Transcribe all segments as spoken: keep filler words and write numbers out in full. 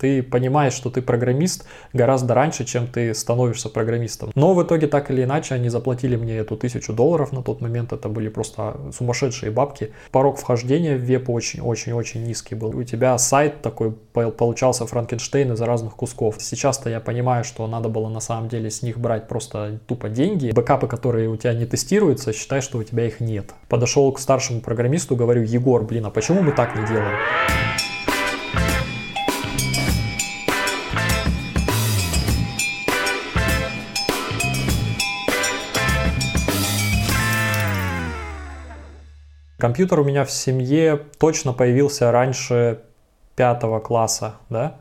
ты понимаешь, что ты программист гораздо раньше, чем ты становишься программистом. Но в итоге так или иначе они заплатили мне эту тысячу долларов на тот момент, это были просто сумасшедшие бабки. Порог вхождения в веб очень-очень-очень низкий был. У тебя сайт такой получался Франкенштейн из разных кусков. Сейчас-то я понимаю, что надо было на самом деле с них брать просто тупо деньги. Бэкапы, которые у тебя не тестируются, считай, что у тебя их нет. Подошел к старшему программисту, говорю: Егор, блин, а почему мы так не делаем? Компьютер у меня в семье точно появился раньше пятого класса, да,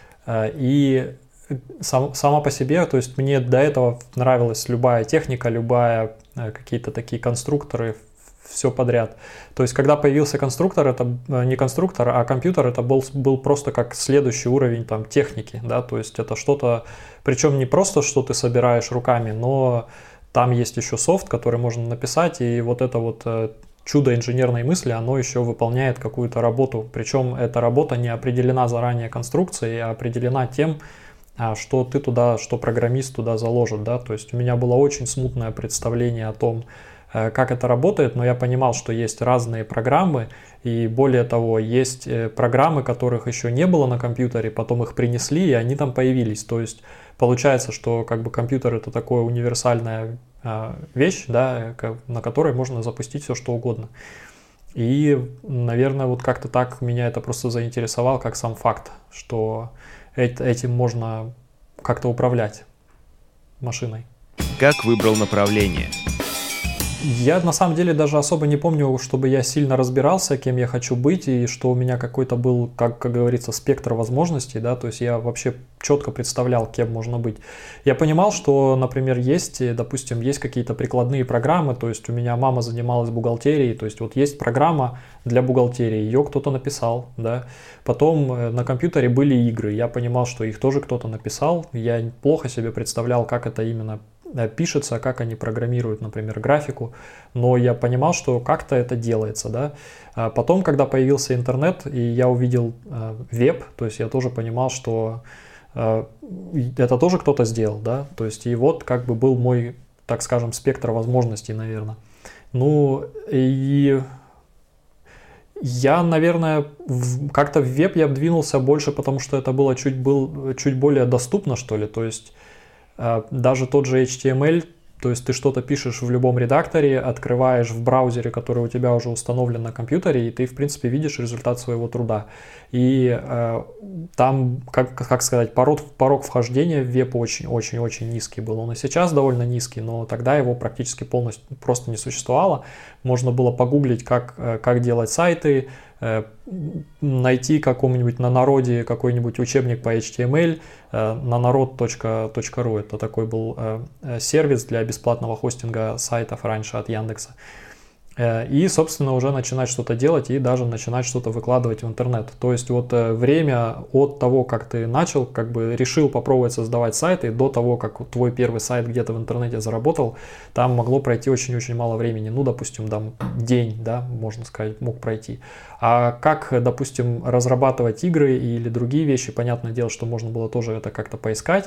и сам, сама по себе, то есть мне до этого нравилась любая техника, любая, какие-то такие конструкторы, все подряд. То есть когда появился конструктор, это не конструктор, а компьютер, это был, был просто как следующий уровень там техники, да, то есть это что-то, причем не просто, что ты собираешь руками, но там есть еще софт, который можно написать, и вот это вот чудо инженерной мысли, оно еще выполняет какую-то работу. Причем эта работа не определена заранее конструкцией, а определена тем, что ты туда, что программист туда заложит. Да? То есть у меня было очень смутное представление о том, как это работает, но я понимал, что есть разные программы, и более того, есть программы, которых еще не было на компьютере, потом их принесли, и они там появились. То есть получается, что как бы компьютер — это такое универсальное вещь, да, на которой можно запустить все, что угодно. И, наверное, вот как-то так меня это просто заинтересовало, как сам факт, что этим можно как-то управлять машиной. Как выбрал направление? Я на самом деле даже особо не помню, чтобы я сильно разбирался, кем я хочу быть, и что у меня какой-то был, как, как говорится, спектр возможностей, да, то есть я вообще четко представлял, кем можно быть. Я понимал, что, например, есть, допустим, есть какие-то прикладные программы, то есть у меня мама занималась бухгалтерией, то есть вот есть программа для бухгалтерии, ее кто-то написал, да, потом на компьютере были игры, я понимал, что их тоже кто-то написал, я плохо себе представлял, как это именно пишется, как они программируют, например, графику, но я понимал, что как-то это делается, да. А потом, когда появился интернет, и я увидел э, веб, то есть я тоже понимал, что э, это тоже кто-то сделал, да, то есть и вот как бы был мой, так скажем, спектр возможностей, наверное. Ну, и я, наверное, в, как-то в веб я двинулся больше, потому что это было чуть, был, чуть более доступно, что ли, то есть даже тот же эйч ти эм эль, то есть ты что-то пишешь в любом редакторе, открываешь в браузере, который у тебя уже установлен на компьютере, и ты, в принципе, видишь результат своего труда. И э, там, как, как сказать, порог, порог вхождения в веб очень-очень-очень низкий был. Он и сейчас довольно низкий, но тогда его практически полностью просто не существовало. Можно было погуглить, как, как делать сайты, найти какому-нибудь на народе какой-нибудь учебник по эйч ти эм эль, нанарод точка ру, это такой был сервис для бесплатного хостинга сайтов раньше от Яндекса. И, собственно, уже начинать что-то делать и даже начинать что-то выкладывать в интернет. То есть вот время от того, как ты начал, как бы решил попробовать создавать сайты, до того, как твой первый сайт где-то в интернете заработал, там могло пройти очень-очень мало времени. Ну, допустим, там день, да, можно сказать, мог пройти. А как, допустим, разрабатывать игры или другие вещи, понятное дело, что можно было тоже это как-то поискать.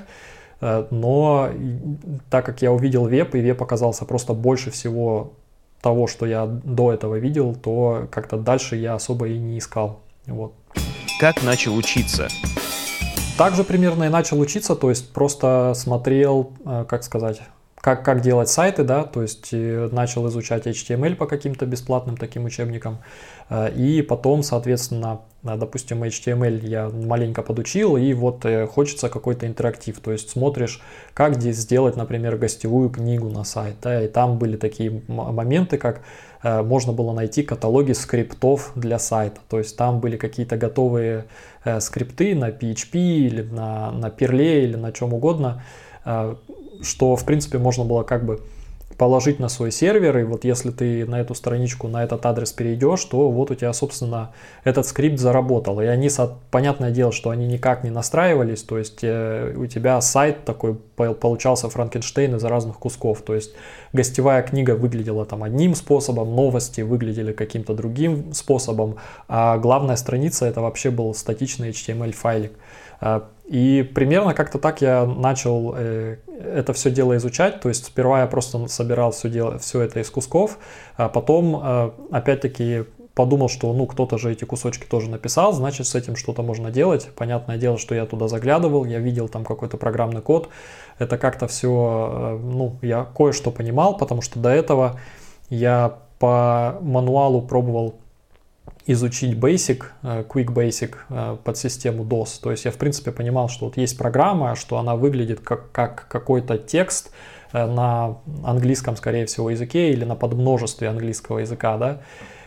Но так как я увидел веб, и веб оказался просто больше всего того, что я до этого видел, то как-то дальше я особо и не искал. Вот. Как начал учиться? Также примерно и начал учиться, то есть просто смотрел, как сказать, как, как делать сайты, да, то есть начал изучать эйч ти эм эль по каким-то бесплатным таким учебникам, и потом, соответственно, допустим, эйч ти эм эль я маленько подучил, и вот хочется какой-то интерактив, то есть смотришь, как здесь сделать, например, гостевую книгу на сайт, да, и там были такие моменты, как можно было найти каталоги скриптов для сайта, то есть там были какие-то готовые скрипты на пи эйч пи или на, на Perl или на чем угодно, что, в принципе, можно было как бы положить на свой сервер, и вот если ты на эту страничку, на этот адрес перейдешь, то вот у тебя, собственно, этот скрипт заработал. И они, понятное дело, что они никак не настраивались, то есть у тебя сайт такой получался Франкенштейн из разных кусков, то есть гостевая книга выглядела там одним способом, новости выглядели каким-то другим способом, а главная страница — это вообще был статичный эйч ти эм эль файлик. И примерно как-то так я начал это все дело изучать. То есть сперва я просто собирал все, дело, все это из кусков, а потом опять-таки подумал, что ну кто-то же эти кусочки тоже написал, значит с этим что-то можно делать. Понятное дело, что я туда заглядывал, я видел там какой-то программный код. Это как-то все, ну я кое-что понимал, потому что до этого я по мануалу пробовал изучить Basic, Quick Basic под систему дос. То есть я в принципе понимал, что вот есть программа, что она выглядит как, как какой-то текст на английском, скорее всего, языке или на подмножестве английского языка, да,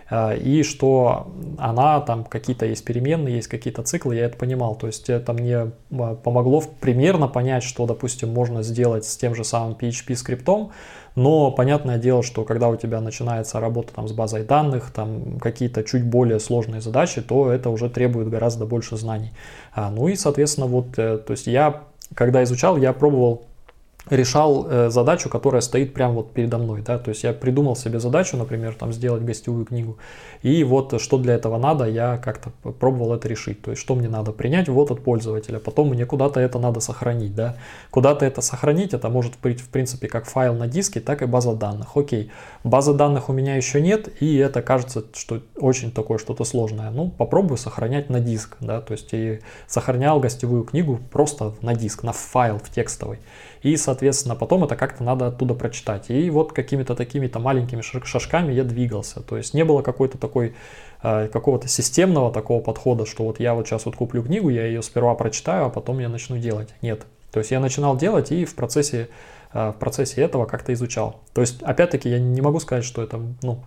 и что она, там какие-то есть переменные, есть какие-то циклы, я это понимал. То есть это мне помогло примерно понять, что, допустим, можно сделать с тем же самым пи эйч пи скриптом, но понятное дело, что когда у тебя начинается работа там, с базой данных, там какие-то чуть более сложные задачи, то это уже требует гораздо больше знаний. А, ну и, соответственно, вот, то есть я, когда изучал, я пробовал решал э, задачу, которая стоит прямо вот передо мной, да, то есть я придумал себе задачу, например, там сделать гостевую книгу, и вот что для этого надо, я как-то пробовал это решить, то есть что мне надо принять вот от пользователя, потом мне куда-то это надо сохранить, да, куда-то это сохранить, это может быть в принципе как файл на диске, так и база данных, окей, базы данных у меня еще нет, и это кажется, что очень такое что-то сложное, ну попробую сохранять на диск, да, то есть и сохранял гостевую книгу просто на диск, на файл в текстовый. И, соответственно, потом это как-то надо оттуда прочитать. И вот какими-то такими-то маленькими шажками я двигался. То есть не было какой-то такой, э, какого-то системного такого подхода, что вот я вот сейчас вот куплю книгу, я ее сперва прочитаю, а потом я начну делать. Нет. То есть я начинал делать и в процессе, э, в процессе этого как-то изучал. То есть, опять-таки, я не могу сказать, что это, ну,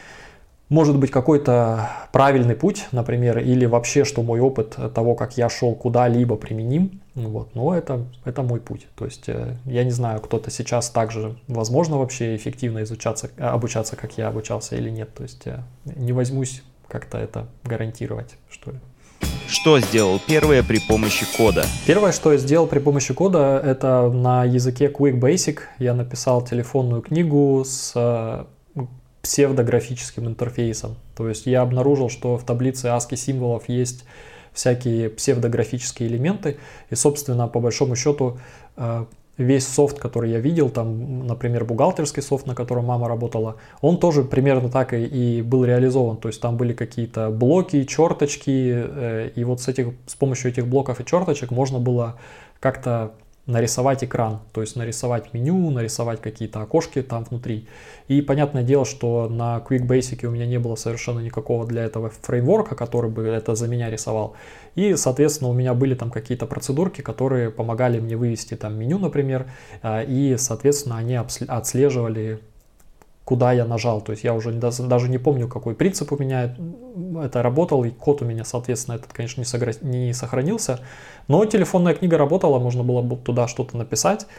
может быть какой-то правильный путь, например, или вообще, что мой опыт того, как я шел куда-либо применим, вот, но это, это мой путь. То есть я не знаю, кто-то сейчас также, возможно, вообще эффективно изучаться, обучаться, как я обучался или нет. То есть не возьмусь как-то это гарантировать, что ли. Что сделал первое при помощи кода? Первое, что я сделал при помощи кода, это на языке Quick Basic я написал телефонную книгу с псевдографическим интерфейсом. То есть я обнаружил, что в таблице ASCII символов есть всякие псевдографические элементы. И, собственно, по большому счету, весь софт, который я видел, там, например, бухгалтерский софт, на котором мама работала, он тоже примерно так и, и был реализован. То есть там были какие-то блоки, черточки, и вот с, этих, с помощью этих блоков и черточек можно было как-то нарисовать экран, то есть нарисовать меню, нарисовать какие-то окошки там внутри. И понятное дело, что на Quick Basic у меня не было совершенно никакого для этого фреймворка, который бы это за меня рисовал. И, соответственно, у меня были там какие-то процедурки, которые помогали мне вывести там меню, например, и, соответственно, они отслеживали, куда я нажал. То есть я уже даже не помню, какой принцип у меня это работал, и код у меня, соответственно, этот, конечно, не сохранился. Но телефонная книга работала, можно было туда что-то написать,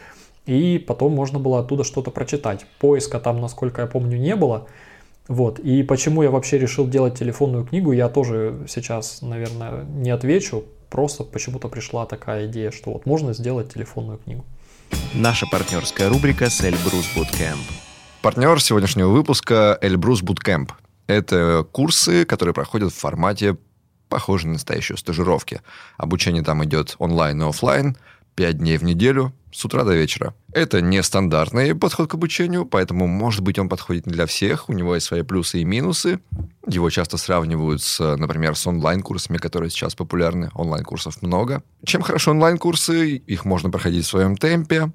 и потом можно было оттуда что-то прочитать. Поиска там, насколько я помню, не было. Вот. И почему я вообще решил делать телефонную книгу, я тоже сейчас, наверное, не отвечу. Просто почему-то пришла такая идея, что вот можно сделать телефонную книгу. Наша партнерская рубрика с Эльбрус Bootcamp. Партнер сегодняшнего выпуска Эльбрус Bootcamp. Это курсы, которые проходят в формате, похожем на настоящую стажировки. Обучение там идет онлайн и офлайн, пять дней в неделю, с утра до вечера. Это не стандартный подход к обучению, поэтому, может быть, он подходит не для всех, у него есть свои плюсы и минусы. Его часто сравнивают, с, например, с онлайн-курсами, которые сейчас популярны. Онлайн-курсов много. Чем хороши онлайн-курсы? Их можно проходить в своем темпе,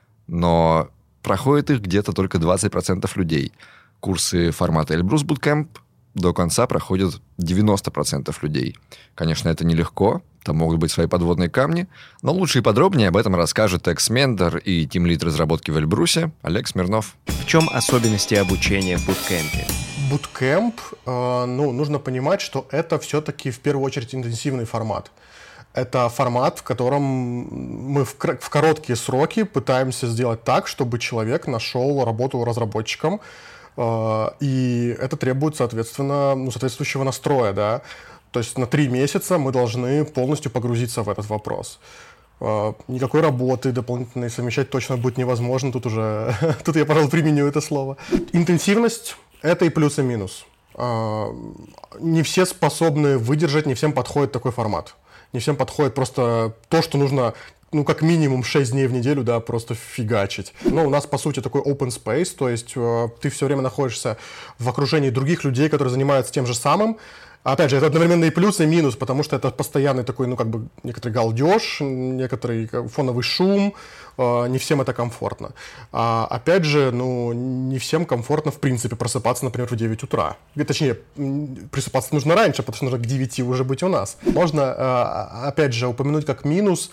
но проходит их где-то только двадцать процентов людей. Курсы формата Эльбрус Bootcamp до конца проходят девяносто процентов людей. Конечно, это нелегко, там могут быть свои подводные камни, но лучше и подробнее об этом расскажет экс-ментор и тимлид разработки в Эльбрусе Олег Смирнов. В чем особенности обучения в буткемпе? Буткемп, э, ну, нужно понимать, что это все-таки в первую очередь интенсивный формат. Это формат, в котором мы в, в короткие сроки пытаемся сделать так, чтобы человек нашел работу разработчиком, э, и это требует, соответственно, ну, соответствующего настроя, да. То есть на три месяца мы должны полностью погрузиться в этот вопрос. Э, никакой работы дополнительной совмещать точно будет невозможно, тут уже, тут я, пожалуй, применю это слово. Интенсивность – это и плюс, и минус. Э, не все способны выдержать, не всем подходит такой формат. Не всем подходит просто то, что нужно, ну, как минимум шесть дней в неделю, да, просто фигачить. Но у нас, по сути, такой open space, то есть э, ты все время находишься в окружении других людей, которые занимаются тем же самым. Опять же, это одновременно и плюс, и минус, потому что это постоянный такой, ну, как бы, некоторый галдеж, некоторый фоновый шум, э, не всем это комфортно. А, опять же, ну, не всем комфортно, в принципе, просыпаться, например, в девять утра. И, точнее, просыпаться нужно раньше, потому что нужно к девяти уже быть у нас. Можно, э, опять же, упомянуть как минус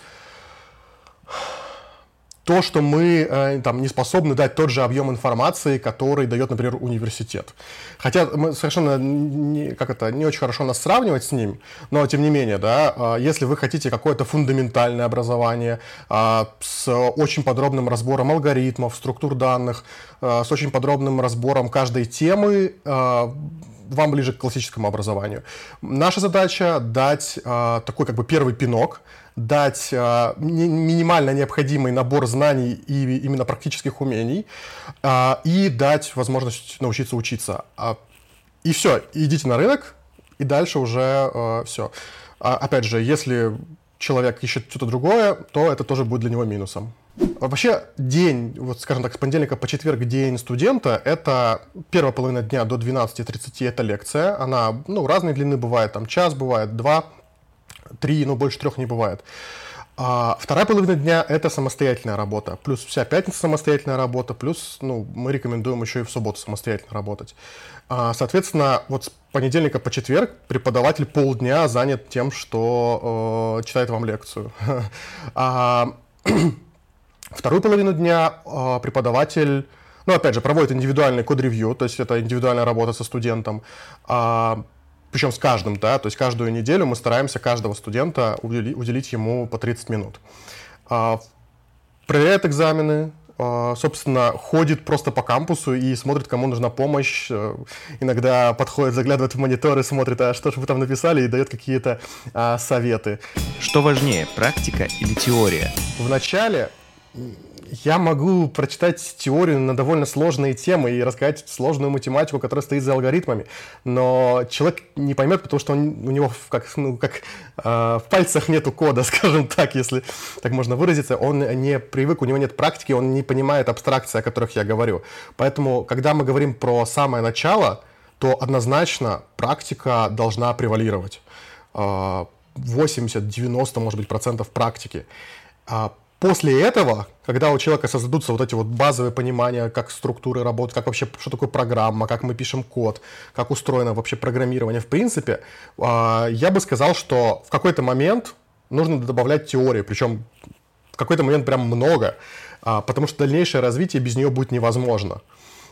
то, что мы э, там, не способны дать тот же объем информации, который дает, например, университет. Хотя мы совершенно не, как это, не очень хорошо нас сравнивать с ним, но тем не менее, да, э, если вы хотите какое-то фундаментальное образование э, с очень подробным разбором алгоритмов, структур данных, э, с очень подробным разбором каждой темы, э, вам ближе к классическому образованию. Наша задача дать э, такой как бы первый пинок, дать э, ми- минимально необходимый набор знаний и именно практических умений э, и дать возможность научиться учиться. А, и все, идите на рынок, и дальше уже э, все. А, опять же, если человек ищет что-то другое, то это тоже будет для него минусом. Вообще день, вот скажем так, с понедельника по четверг день студента, это первая половина дня до двенадцати тридцати, это лекция. Она, ну, разной длины бывает, там час бывает, два, три, но больше трех не бывает. А вторая половина дня это самостоятельная работа, плюс вся пятница самостоятельная работа, плюс, ну, мы рекомендуем еще и в субботу самостоятельно работать. А, соответственно, вот с понедельника по четверг преподаватель полдня занят тем, что э, читает вам лекцию. А, вторую половину дня э, преподаватель, ну, опять же, проводит индивидуальный код-ревью, то есть это индивидуальная работа со студентом, а, причем с каждым, да, то есть каждую неделю мы стараемся каждого студента удели, уделить ему по тридцать минут. А, проверяет экзамены, а, собственно, ходит просто по кампусу и смотрит, кому нужна помощь. А, иногда подходит, заглядывает в монитор и смотрит, а что же вы там написали, и дает какие-то а, советы. Что важнее, практика или теория? В начале я могу прочитать теорию на довольно сложные темы и рассказать сложную математику, которая стоит за алгоритмами, но человек не поймет, потому что он, у него как, ну, как э, в пальцах нету кода, скажем так, если так можно выразиться. Он не привык, у него нет практики, он не понимает абстракции, о которых я говорю. Поэтому, когда мы говорим про самое начало, то однозначно практика должна превалировать. Э, восемьдесят-девяносто, может быть, процентов практики. После этого, когда у человека создадутся вот эти вот базовые понимания, как структуры работают, как вообще, что такое программа, как мы пишем код, как устроено вообще программирование, в принципе, я бы сказал, что в какой-то момент нужно добавлять теорию, причем в какой-то момент прям много, потому что дальнейшее развитие без нее будет невозможно.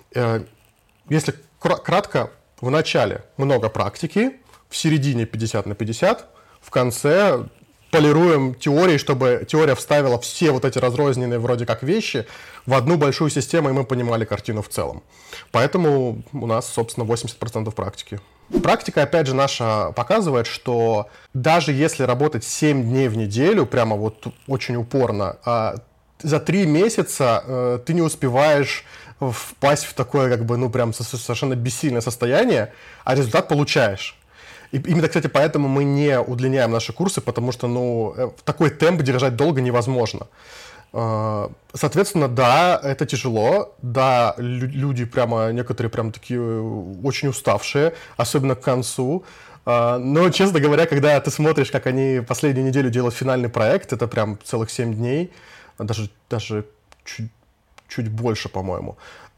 Если кратко, в начале много практики, в середине пятьдесят на пятьдесят, в конце полируем теории, чтобы теория вставила все вот эти разрозненные вроде как вещи в одну большую систему, и мы понимали картину в целом. Поэтому у нас, собственно, восемьдесят процентов практики. Практика, опять же, наша показывает, что даже если работать семь дней в неделю, прямо вот очень упорно, за три месяца ты не успеваешь впасть в такое, как бы, ну, прям совершенно бессильное состояние, а результат получаешь. И именно, кстати, поэтому мы не удлиняем наши курсы, потому что, ну, такой темп держать долго невозможно. Соответственно, да, это тяжело, да, люди прямо, некоторые прям такие очень уставшие, особенно к концу. Но, честно говоря, когда ты смотришь, как они последнюю неделю делают финальный проект, это прям целых семь дней, даже, даже чуть, чуть больше, по-моему.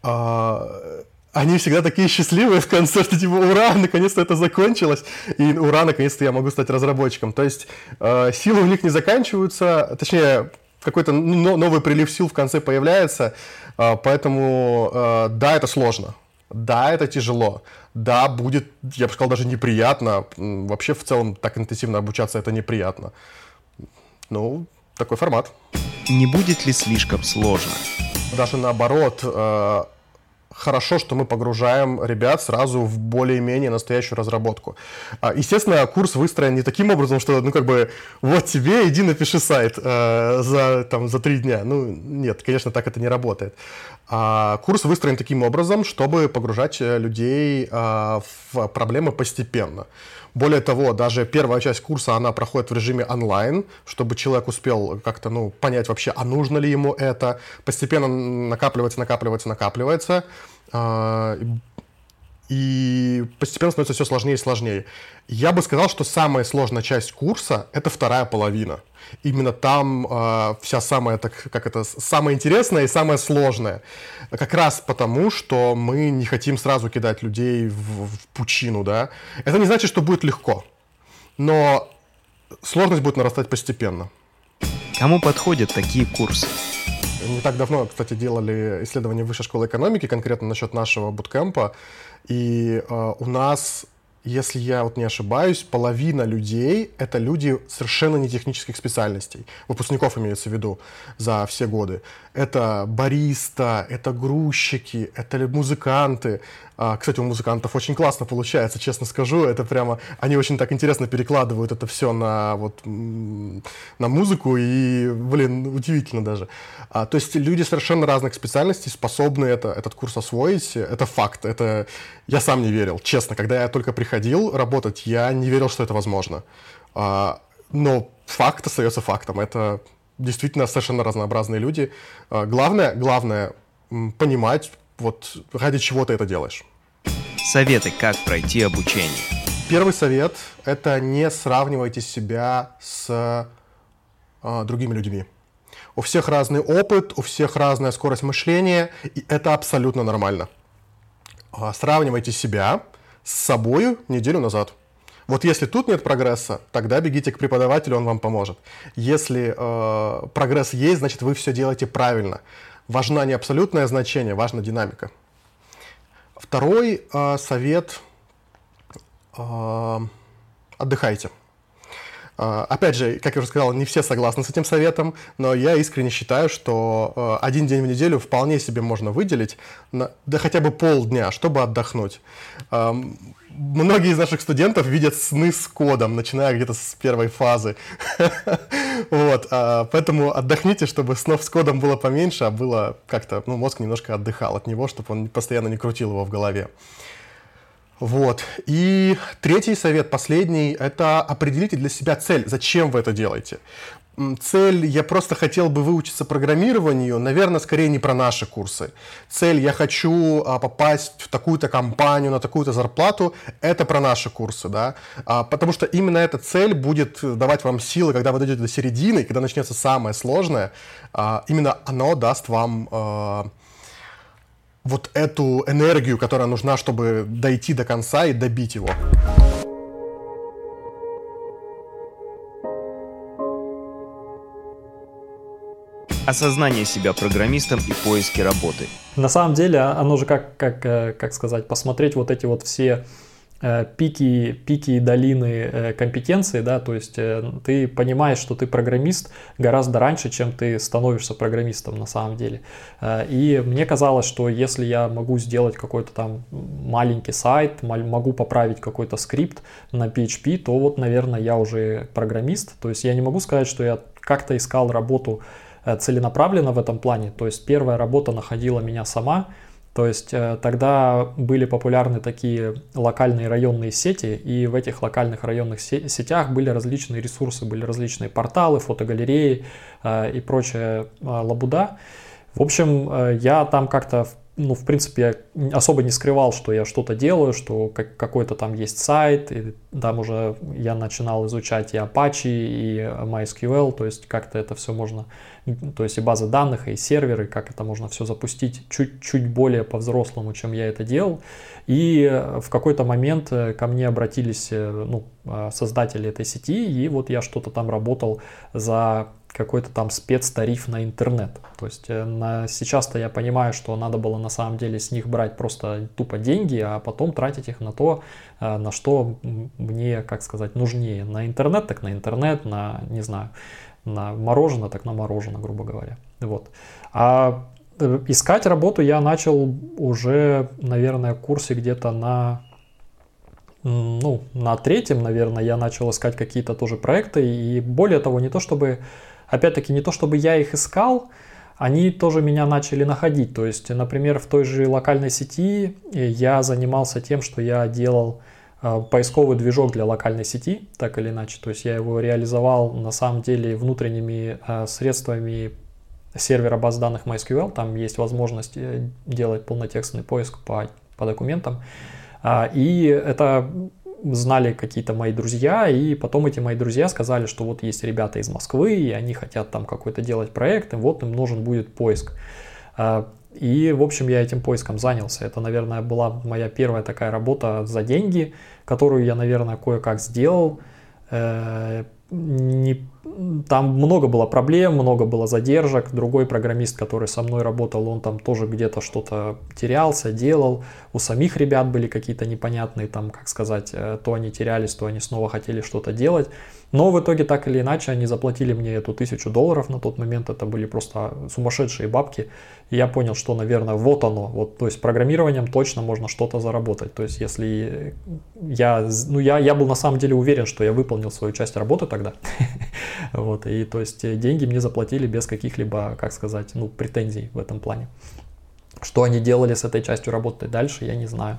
Они всегда такие счастливые в конце, что типа ура, наконец-то это закончилось, и ура, наконец-то я могу стать разработчиком. То есть э, силы у них не заканчиваются, точнее, какой-то ну, новый прилив сил в конце появляется, э, поэтому э, да, это сложно, да, это тяжело, да, будет, я бы сказал, даже неприятно, вообще в целом так интенсивно обучаться это неприятно. Ну, такой формат. Не будет ли слишком сложно? Даже наоборот, э, хорошо, что мы погружаем ребят сразу в более-менее настоящую разработку. Естественно, курс выстроен не таким образом, что, ну, как бы, вот тебе, иди напиши сайт э, за, там, за три дня. Ну, нет, конечно, так это не работает. А курс выстроен таким образом, чтобы погружать людей а, в проблемы постепенно. Более того, даже первая часть курса, она проходит в режиме онлайн, чтобы человек успел как-то, ну, понять вообще, а нужно ли ему это. Постепенно накапливается, накапливается, накапливается. А, и постепенно становится все сложнее и сложнее. Я бы сказал, что самая сложная часть курса – это вторая половина. Именно там э, вся самая, так, как это, самое интересное и самое сложное. Как раз потому, что мы не хотим сразу кидать людей в, в пучину, да. Это не значит, что будет легко, но сложность будет нарастать постепенно. Кому подходят такие курсы? Не так давно, кстати, делали исследование Высшей школы экономики, конкретно насчет нашего буткемпа. И э, у нас, если я вот не ошибаюсь, половина людей — это люди совершенно не технических специальностей. Выпускников имеется в виду за все годы. Это бариста, это грузчики, это музыканты. А, кстати, у музыкантов очень классно получается, честно скажу. Это прямо, они очень так интересно перекладывают это все на, вот, на музыку. И, блин, удивительно даже. А, то есть люди совершенно разных специальностей способны это, этот курс освоить. Это факт. Это я сам не верил, честно. Когда я только приходил работать, я не верил, что это возможно. А, но факт остается фактом. Это действительно совершенно разнообразные люди. А, главное, главное понимать, вот ради чего ты это делаешь. Советы, как пройти обучение. Первый совет – это не сравнивайте себя с а, другими людьми. У всех разный опыт, у всех разная скорость мышления, и это абсолютно нормально. А, сравнивайте себя с собой неделю назад. Вот если тут нет прогресса, тогда бегите к преподавателю, он вам поможет. Если э, прогресс есть, значит вы все делаете правильно. Важна не абсолютное значение, важна динамика. Второй э, совет э, – отдыхайте. Э, опять же, как я уже сказал, не все согласны с этим советом, но я искренне считаю, что э, один день в неделю вполне себе можно выделить, на, да хотя бы полдня, чтобы отдохнуть. Э, Многие из наших студентов видят сны с кодом, начиная где-то с первой фазы. Вот, поэтому отдохните, чтобы снов с кодом было поменьше, а было как-то, ну, мозг немножко отдыхал от него, чтобы он постоянно не крутил его в голове. Вот. И третий совет, последний, это определите для себя цель, зачем вы это делаете. Цель, я просто хотел бы выучиться программированию, наверное, скорее не про наши курсы. Цель, я хочу а, попасть в такую-то компанию, на такую-то зарплату, это про наши курсы, да. А, потому что именно эта цель будет давать вам силы, когда вы дойдете до середины, когда начнется самое сложное, а, именно оно даст вам а, вот эту энергию, которая нужна, чтобы дойти до конца и добить его. Осознание себя программистом и поиски работы. На самом деле, оно же как, как, как сказать, посмотреть вот эти вот все э, пики, пики и долины э, компетенции, да, то есть э, ты понимаешь, что ты программист гораздо раньше, чем ты становишься программистом на самом деле. Э, и мне казалось, что если я могу сделать какой-то там маленький сайт, могу поправить какой-то скрипт на пи эйч пи, то вот, наверное, я уже программист. То есть я не могу сказать, что я как-то искал работу целенаправленно в этом плане, то есть первая работа находила меня сама, то есть тогда были популярны такие локальные районные сети, и в этих локальных районных сетях были различные ресурсы, были различные порталы, фотогалереи и прочая лабуда. В общем, я там как-то, ну, в принципе, особо не скрывал, что я что-то делаю, что какой-то там есть сайт, и там уже я начинал изучать и Apache, и MySQL, то есть как-то это все можно, то есть и базы данных, и серверы, как это можно все запустить чуть-чуть более по-взрослому, чем я это делал. И в какой-то момент ко мне обратились, ну, создатели этой сети, и вот я что-то там работал за какой-то там спецтариф на интернет. То есть на, сейчас-то я понимаю, что надо было на самом деле с них брать просто тупо деньги, а потом тратить их на то, на что мне, как сказать, нужнее. На интернет, так на интернет, на, не знаю, на мороженое, так на мороженое, грубо говоря. Вот. А искать работу я начал уже, наверное, в курсе где-то на... Ну, на третьем, наверное, я начал искать какие-то тоже проекты. И более того, не то чтобы... Опять-таки, не то чтобы я их искал, они тоже меня начали находить. То есть, например, в той же локальной сети я занимался тем, что я делал поисковый движок для локальной сети, так или иначе. То есть я его реализовал на самом деле внутренними средствами сервера баз данных MySQL. Там есть возможность делать полнотекстный поиск по, по документам. И это знали какие-то мои друзья, и потом эти мои друзья сказали, что вот есть ребята из Москвы, и они хотят там какой-то делать проект, и вот им нужен будет поиск. И, в общем, я этим поиском занялся. Это, наверное, была моя первая такая работа за деньги, которую я, наверное, кое-как сделал. Не... Там много было проблем, много было задержек. Другой программист, который со мной работал, он там тоже где-то что-то терялся, делал. У самих ребят были какие-то непонятные, там, как сказать, то они терялись, то они снова хотели что-то делать. Но в итоге, так или иначе, они заплатили мне эту тысячу долларов на тот момент. Это были просто сумасшедшие бабки. И я понял, что, наверное, вот оно. Вот, то есть программированием точно можно что-то заработать. То есть если я, ну, я, я был на самом деле уверен, что я выполнил свою часть работы тогда. Вот, и то есть деньги мне заплатили без каких-либо, как сказать, ну, претензий в этом плане. Что они делали с этой частью работы дальше, я не знаю.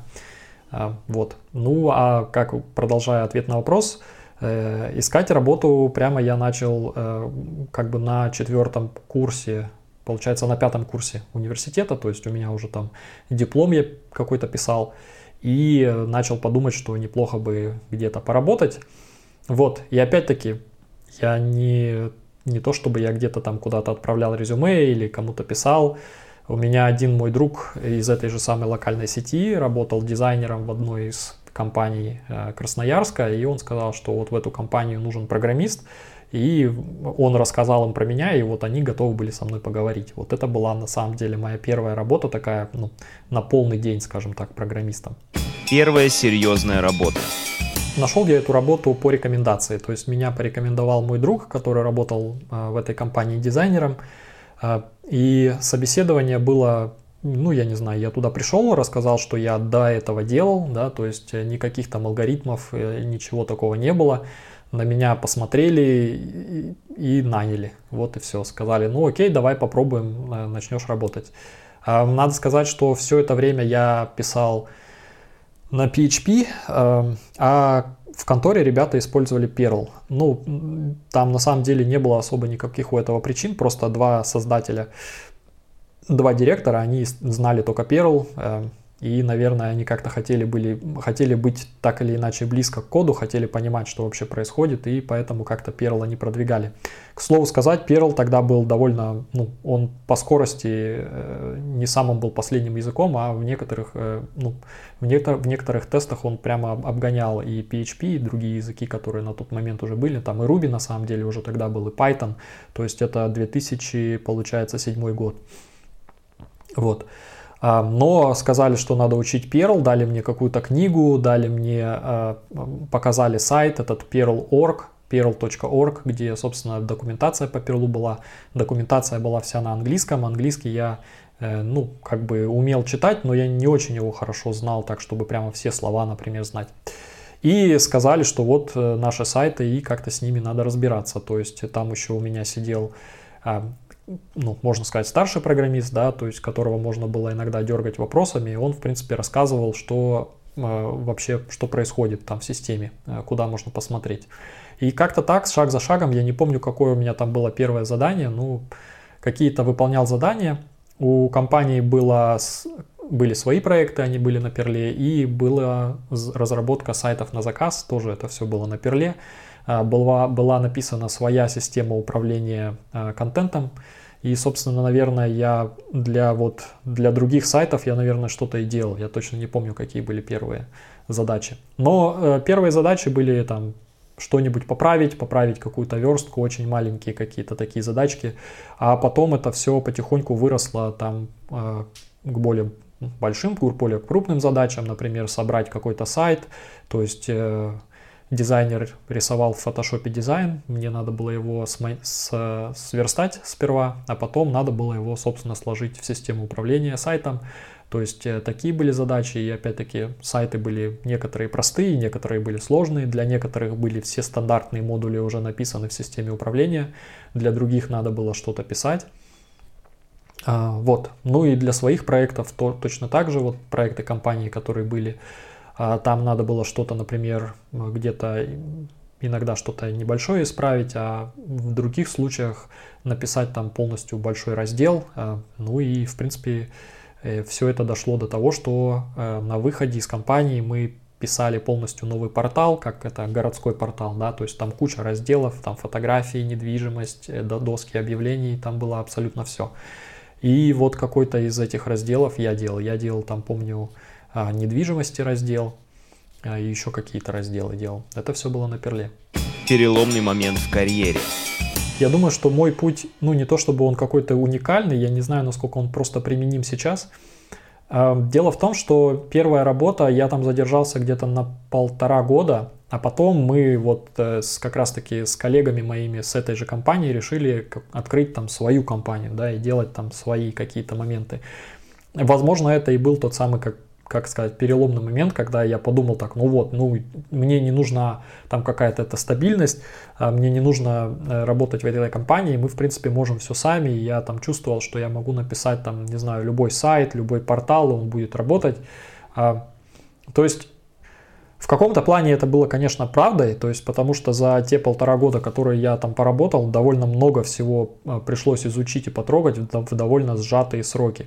Вот. Ну, а как, продолжая ответ на вопрос, э, искать работу прямо я начал э, как бы на четвертом курсе, получается, на пятом курсе университета, то есть у меня уже там диплом я какой-то писал, и начал подумать, что неплохо бы где-то поработать. Вот, и опять-таки, я не, не то, чтобы я где-то там куда-то отправлял резюме или кому-то писал. У меня один мой друг из этой же самой локальной сети работал дизайнером в одной из компаний Красноярска, и он сказал, что вот в эту компанию нужен программист, и он рассказал им про меня, и вот они готовы были со мной поговорить. Вот это была на самом деле моя первая работа такая, ну, на полный день, скажем так, программистом. Первая серьезная работа. Нашел я эту работу по рекомендации, то есть меня порекомендовал мой друг, который работал э, в этой компании дизайнером, э, и собеседование было, ну я не знаю, я туда пришел, рассказал, что я до этого делал, да, то есть никаких там алгоритмов, э, ничего такого не было, на меня посмотрели и, и наняли, вот и все, сказали, ну окей, давай попробуем, э, начнешь работать. Э, надо сказать, что все это время я писал на пи эйч пи, э, а в конторе ребята использовали Perl. Ну, там на самом деле не было особо никаких у этого причин, просто два создателя, два директора, они знали только Perl, э, и, наверное, они как-то хотели, были, хотели быть так или иначе близко к коду, хотели понимать, что вообще происходит, и поэтому как-то Perl они продвигали. К слову сказать, Perl тогда был довольно, ну, он по скорости э, не самым был последним языком, а в некоторых, э, ну, в, некотор, в некоторых тестах он прямо обгонял и пи эйч пи, и другие языки, которые на тот момент уже были, там и Ruby на самом деле уже тогда был, и Python, то есть это две тысячи, получается, седьмой год. Вот. Но сказали, что надо учить Perl, дали мне какую-то книгу, дали мне, показали сайт, этот перл точка орг, перл точка орг, где, собственно, документация по Perl была. Документация была вся на английском. Английский я, ну, как бы умел читать, но я не очень его хорошо знал, так, чтобы прямо все слова, например, знать. И сказали, что вот наши сайты, и как-то с ними надо разбираться. То есть там еще у меня сидел, ну, можно сказать, старший программист, да, то есть которого можно было иногда дергать вопросами, и он, в принципе, рассказывал, что э, вообще, что происходит там в системе, э, куда можно посмотреть. И как-то так, шаг за шагом, я не помню, какое у меня там было первое задание, ну, какие-то выполнял задания. У компании было, были свои проекты, они были на Перле, и была разработка сайтов на заказ, тоже это все было на Перле. Была, была написана своя система управления э, контентом. И, собственно, наверное, я для, вот, для других сайтов я, наверное, что-то и делал. Я точно не помню, какие были первые задачи. Но э, первые задачи были там что-нибудь поправить, поправить какую-то верстку, очень маленькие какие-то такие задачки. А потом это все потихоньку выросло там э, к более большим, к более крупным задачам. Например, собрать какой-то сайт, то есть... Э, Дизайнер рисовал в фотошопе дизайн, мне надо было его смо- с- сверстать сперва, а потом надо было его, собственно, сложить в систему управления сайтом. То есть э, такие были задачи, и опять-таки сайты были некоторые простые, некоторые были сложные, для некоторых были все стандартные модули уже написаны в системе управления, для других надо было что-то писать. А, вот. Ну и для своих проектов то, точно так же, вот проекты компании, которые были, а, там надо было что-то, например, где-то иногда что-то небольшое исправить, а в других случаях написать там полностью большой раздел. А, ну и, в принципе, э, все это дошло до того, что э, на выходе из компании мы писали полностью новый портал, как это городской портал, да, то есть там куча разделов, там фотографии, недвижимость, доски объявлений, там было абсолютно все. И вот какой-то из этих разделов я делал. Я делал там, помню, недвижимости раздел, и еще какие-то разделы делал. Это все было на Перле. Переломный момент в карьере. Я думаю, что мой путь, ну не то чтобы он какой-то уникальный, я не знаю, насколько он просто применим сейчас. Дело в том, что первая работа, я там задержался где-то на полтора года, а потом мы вот с, как раз-таки с коллегами моими с этой же компании решили открыть там свою компанию, да, и делать там свои какие-то моменты. Возможно, это и был тот самый, как, как сказать, переломный момент, когда я подумал так, ну вот, ну мне не нужна там какая-то эта стабильность, мне не нужно работать в этой компании, мы в принципе можем все сами, и я там чувствовал, что я могу написать там, не знаю, любой сайт, любой портал, он будет работать. То есть в каком-то плане это было, конечно, правдой, то есть потому что за те полтора года, которые я там поработал, довольно много всего пришлось изучить и потрогать в довольно сжатые сроки.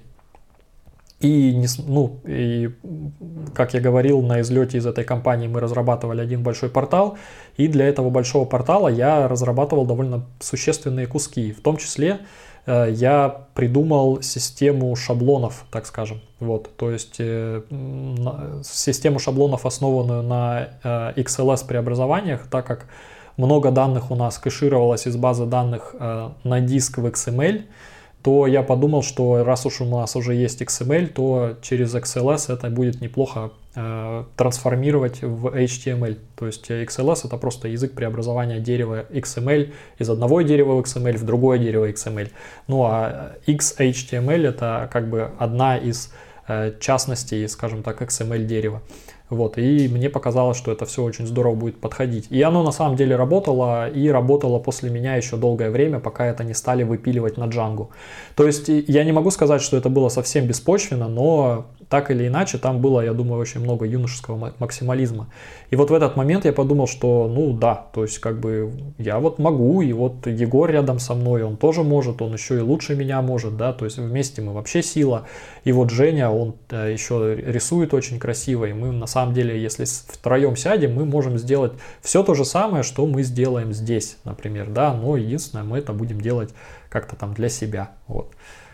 И, ну, и, как я говорил, на излете из этой компании мы разрабатывали один большой портал, и для этого большого портала я разрабатывал довольно существенные куски. В том числе э, я придумал систему шаблонов, так скажем. Вот, то есть э, на, систему шаблонов, основанную на э, икс эл эс-преобразованиях, так как много данных у нас кэшировалось из базы данных э, на диск в икс эм эль, то я подумал, что раз уж у нас уже есть икс эм эль, то через икс эл эс это будет неплохо э, трансформировать в эйч ти эм эль. То есть икс эл эс это просто язык преобразования дерева икс эм эль из одного дерева в икс эм эль в другое дерево икс эм эль. Ну а икс эйч ти эм эль это как бы одна из э, частностей, скажем так, икс эм эль дерева. Вот, и мне показалось, что это все очень здорово будет подходить. И оно на самом деле работало, и работало после меня еще долгое время, пока это не стали выпиливать на Django. То есть я не могу сказать, что это было совсем беспочвенно, но так или иначе там было, я думаю, очень много юношеского максимализма. И вот в этот момент я подумал, что ну да, то есть как бы я вот могу, и вот Егор рядом со мной, он тоже может, он еще и лучше меня может, да, то есть вместе мы вообще сила. И вот Женя, он еще рисует очень красиво, и мы на самом деле, если втроем сядем, мы можем сделать все то же самое, что мы сделаем здесь, например, да, но единственное, мы это будем делать как-то там для себя, вот.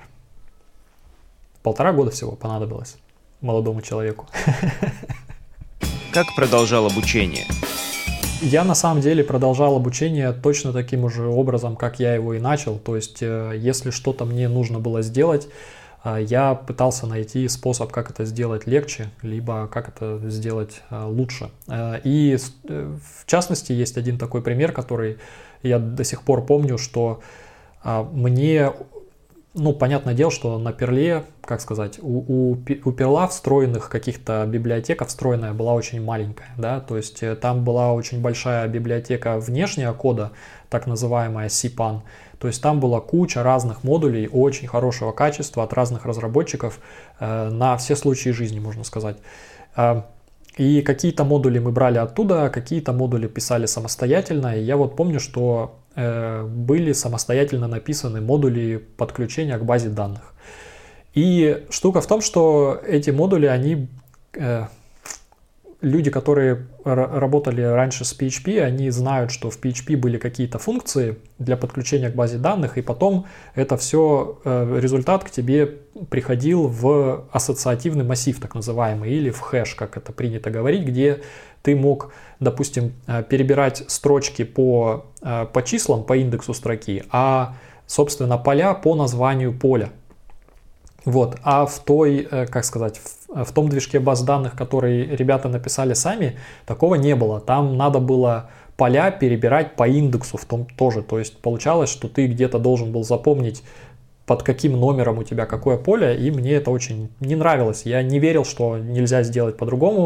Полтора года всего понадобилось молодому человеку. Как продолжал обучение? Я на самом деле продолжал обучение точно таким же образом, как я его и начал. То есть, если что-то мне нужно было сделать, я пытался найти способ, как это сделать легче, либо как это сделать лучше. И в частности, есть один такой пример, который я до сих пор помню, что мне... Ну, понятное дело, что на Перле, как сказать, у, у, у Перла встроенных каких-то библиотека встроенная была очень маленькая, да, то есть там была очень большая библиотека внешнего кода, так называемая сипан, то есть там была куча разных модулей очень хорошего качества от разных разработчиков э, на все случаи жизни, можно сказать. Э, и какие-то модули мы брали оттуда, какие-то модули писали самостоятельно, и я вот помню, что были самостоятельно написаны модули подключения к базе данных. И штука в том, что эти модули, они, э, люди, которые работали раньше с пи эйч пи, они знают, что в пи эйч пи были какие-то функции для подключения к базе данных, и потом это все, э, результат к тебе приходил в ассоциативный массив, так называемый, или в хэш, как это принято говорить, где ты мог, допустим, перебирать строчки по, по числам, по индексу строки, а, собственно, поля по названию поля. Вот. А в той, как сказать, в, в том движке баз данных, который ребята написали сами, такого не было. Там надо было поля перебирать по индексу в том тоже. То есть получалось, что ты где-то должен был запомнить, под каким номером у тебя какое поле, и мне это очень не нравилось. Я не верил, что нельзя сделать по-другому,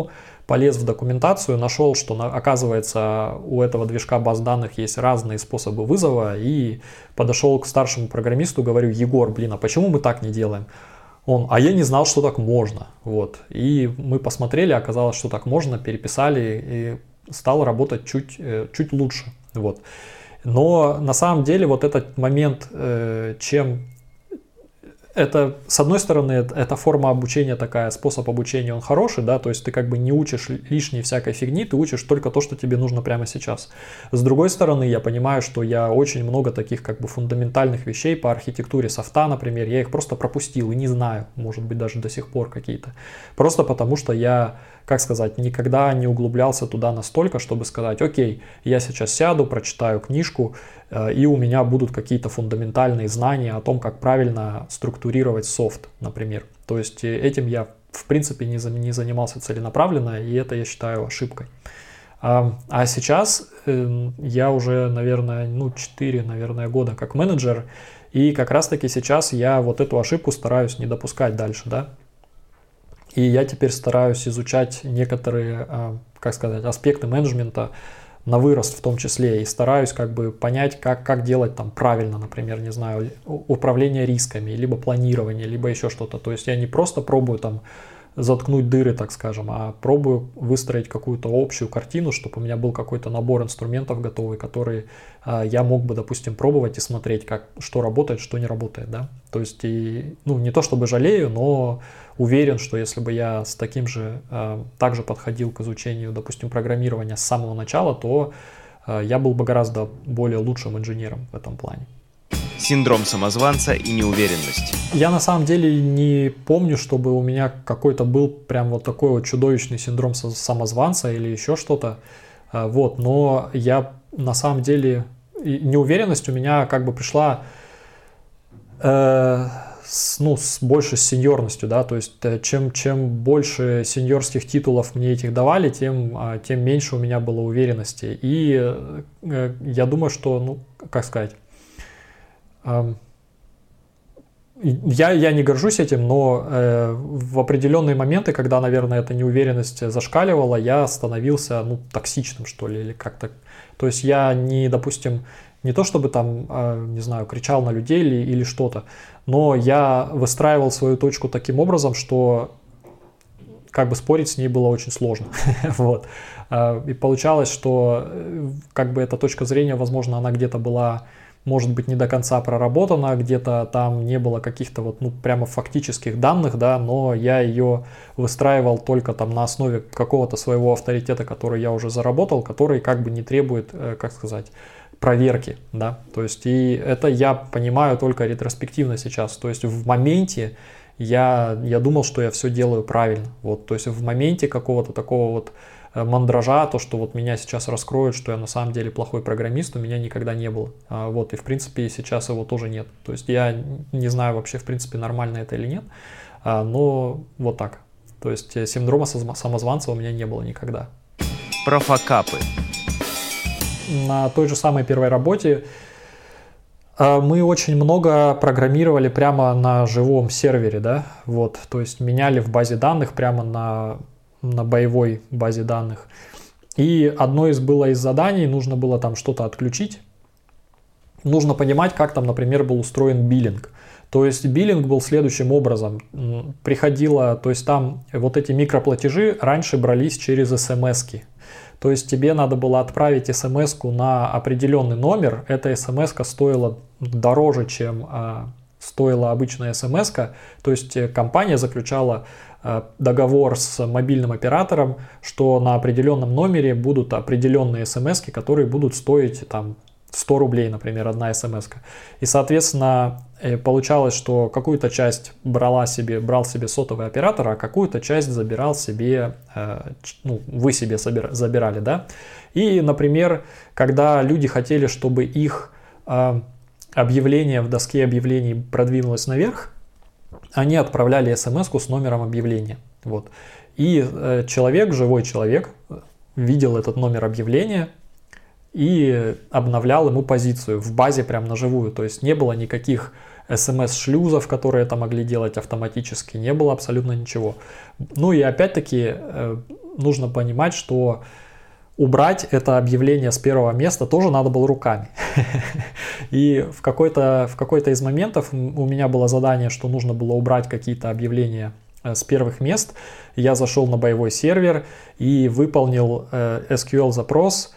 полез в документацию, нашел, что оказывается у этого движка баз данных есть разные способы вызова, и подошел к старшему программисту, говорю: Егор, блин, а почему мы так не делаем? Он: а я не знал, что так можно. Вот. И мы посмотрели, оказалось, что так можно, переписали, и стало работать чуть, чуть лучше. Вот. Но на самом деле вот этот момент, чем... Это, с одной стороны, эта форма обучения такая, способ обучения, он хороший, да, то есть ты как бы не учишь лишней всякой фигни, ты учишь только то, что тебе нужно прямо сейчас. С другой стороны, я понимаю, что я очень много таких как бы фундаментальных вещей по архитектуре софта, например, я их просто пропустил и не знаю, может быть, даже до сих пор какие-то. Просто потому что я, как сказать, никогда не углублялся туда настолько, чтобы сказать: окей, я сейчас сяду, прочитаю книжку, и у меня будут какие-то фундаментальные знания о том, как правильно структурировать софт, например. То есть этим я, в принципе, не занимался целенаправленно, и это я считаю ошибкой. А, а сейчас я уже, наверное, ну, четыре, наверное, года как менеджер, и как раз-таки сейчас я вот эту ошибку стараюсь не допускать дальше, да. И я теперь стараюсь изучать некоторые, как сказать, аспекты менеджмента на вырост в том числе, и стараюсь как бы понять, как, как делать там правильно, например, не знаю, управление рисками, либо планирование, либо еще что-то. То есть я не просто пробую там заткнуть дыры, так скажем, а пробую выстроить какую-то общую картину, чтобы у меня был какой-то набор инструментов готовый, которые а, я мог бы, допустим, пробовать и смотреть, как, что работает, что не работает, да. То есть, и, ну, не то чтобы жалею, но уверен, что если бы я с таким же, а, также подходил к изучению, допустим, программирования с самого начала, то а, я был бы гораздо более лучшим инженером в этом плане. Синдром самозванца и неуверенность. Я на самом деле не помню, чтобы у меня какой-то был прям вот такой вот чудовищный синдром самозванца или еще что-то. Вот, но я на самом деле... Неуверенность у меня как бы пришла э, с, ну, с больше с сеньорностью, да, то есть чем, чем больше сеньорских титулов мне этих давали, тем, тем меньше у меня было уверенности. И э, я думаю, что, ну, как сказать... Я, я не горжусь этим, но э, в определенные моменты, когда, наверное, эта неуверенность зашкаливала, я становился, ну, токсичным, что ли, или как-то. То есть я не, допустим, не то чтобы там, э, не знаю, кричал на людей или, или что-то, но я выстраивал свою точку таким образом, что как бы спорить с ней было очень сложно. Вот. И получалось, что как бы эта точка зрения, возможно, она где-то была... может быть, не до конца проработана, где-то там не было каких-то вот, ну, прямо фактических данных, да, но я ее выстраивал только там на основе какого-то своего авторитета, который я уже заработал, который как бы не требует, как сказать, проверки, да, то есть и это я понимаю только ретроспективно сейчас, то есть в моменте я, я думал, что я все делаю правильно, вот, то есть в моменте какого-то такого вот мандража, то, что вот меня сейчас раскроют, что я на самом деле плохой программист, у меня никогда не было. Вот, и в принципе сейчас его тоже нет. То есть я не знаю вообще, в принципе, нормально это или нет, но вот так. То есть синдрома самозванца у меня не было никогда. Про факапы. На той же самой первой работе мы очень много программировали прямо на живом сервере, да, вот, то есть меняли в базе данных прямо на на боевой базе данных. И одно из было из заданий, нужно было там что-то отключить. Нужно понимать, как там, например, был устроен биллинг. То есть биллинг был следующим образом. Приходило, то есть там вот эти микроплатежи раньше брались через смс-ки. То есть тебе надо было отправить смс-ку на определенный номер. Эта смс-ка стоила дороже, чем а, стоила обычная смс-ка. То есть компания заключала договор с мобильным оператором, что на определенном номере будут определенные смс-ки, которые будут стоить там сто рублей, например, одна смс-ка. И, соответственно, получалось, что какую-то часть брала себе, брал себе сотовый оператор, а какую-то часть забирал себе, ну, вы себе забирали, да. И, например, когда люди хотели, чтобы их объявление в доске объявлений продвинулось наверх, они отправляли смс-ку с номером объявления. Вот. И э, человек, живой человек, видел этот номер объявления и обновлял ему позицию в базе прям наживую. То есть не было никаких смс-шлюзов, которые это могли делать автоматически, не было абсолютно ничего. Ну и опять-таки, э, нужно понимать, что убрать это объявление с первого места тоже надо было руками. И в какой-то, в какой-то из моментов у меня было задание, что нужно было убрать какие-то объявления с первых мест. Я зашел на боевой сервер и выполнил эс кью эль-запрос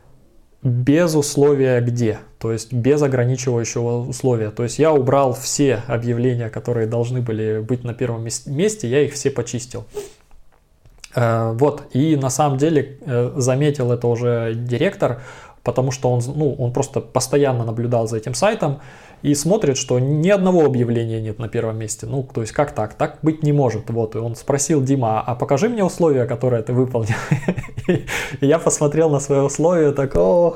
без условия где, то есть без ограничивающего условия. То есть я убрал все объявления, которые должны были быть на первом месте, я их все почистил. Вот, и на самом деле заметил это уже директор, потому что он, ну, он просто постоянно наблюдал за этим сайтом и смотрит, что ни одного объявления нет на первом месте. Ну, то есть как так? Так быть не может. Вот, и он спросил: Дима, а покажи мне условия, которые ты выполнил. И я посмотрел на свои условия, так, о,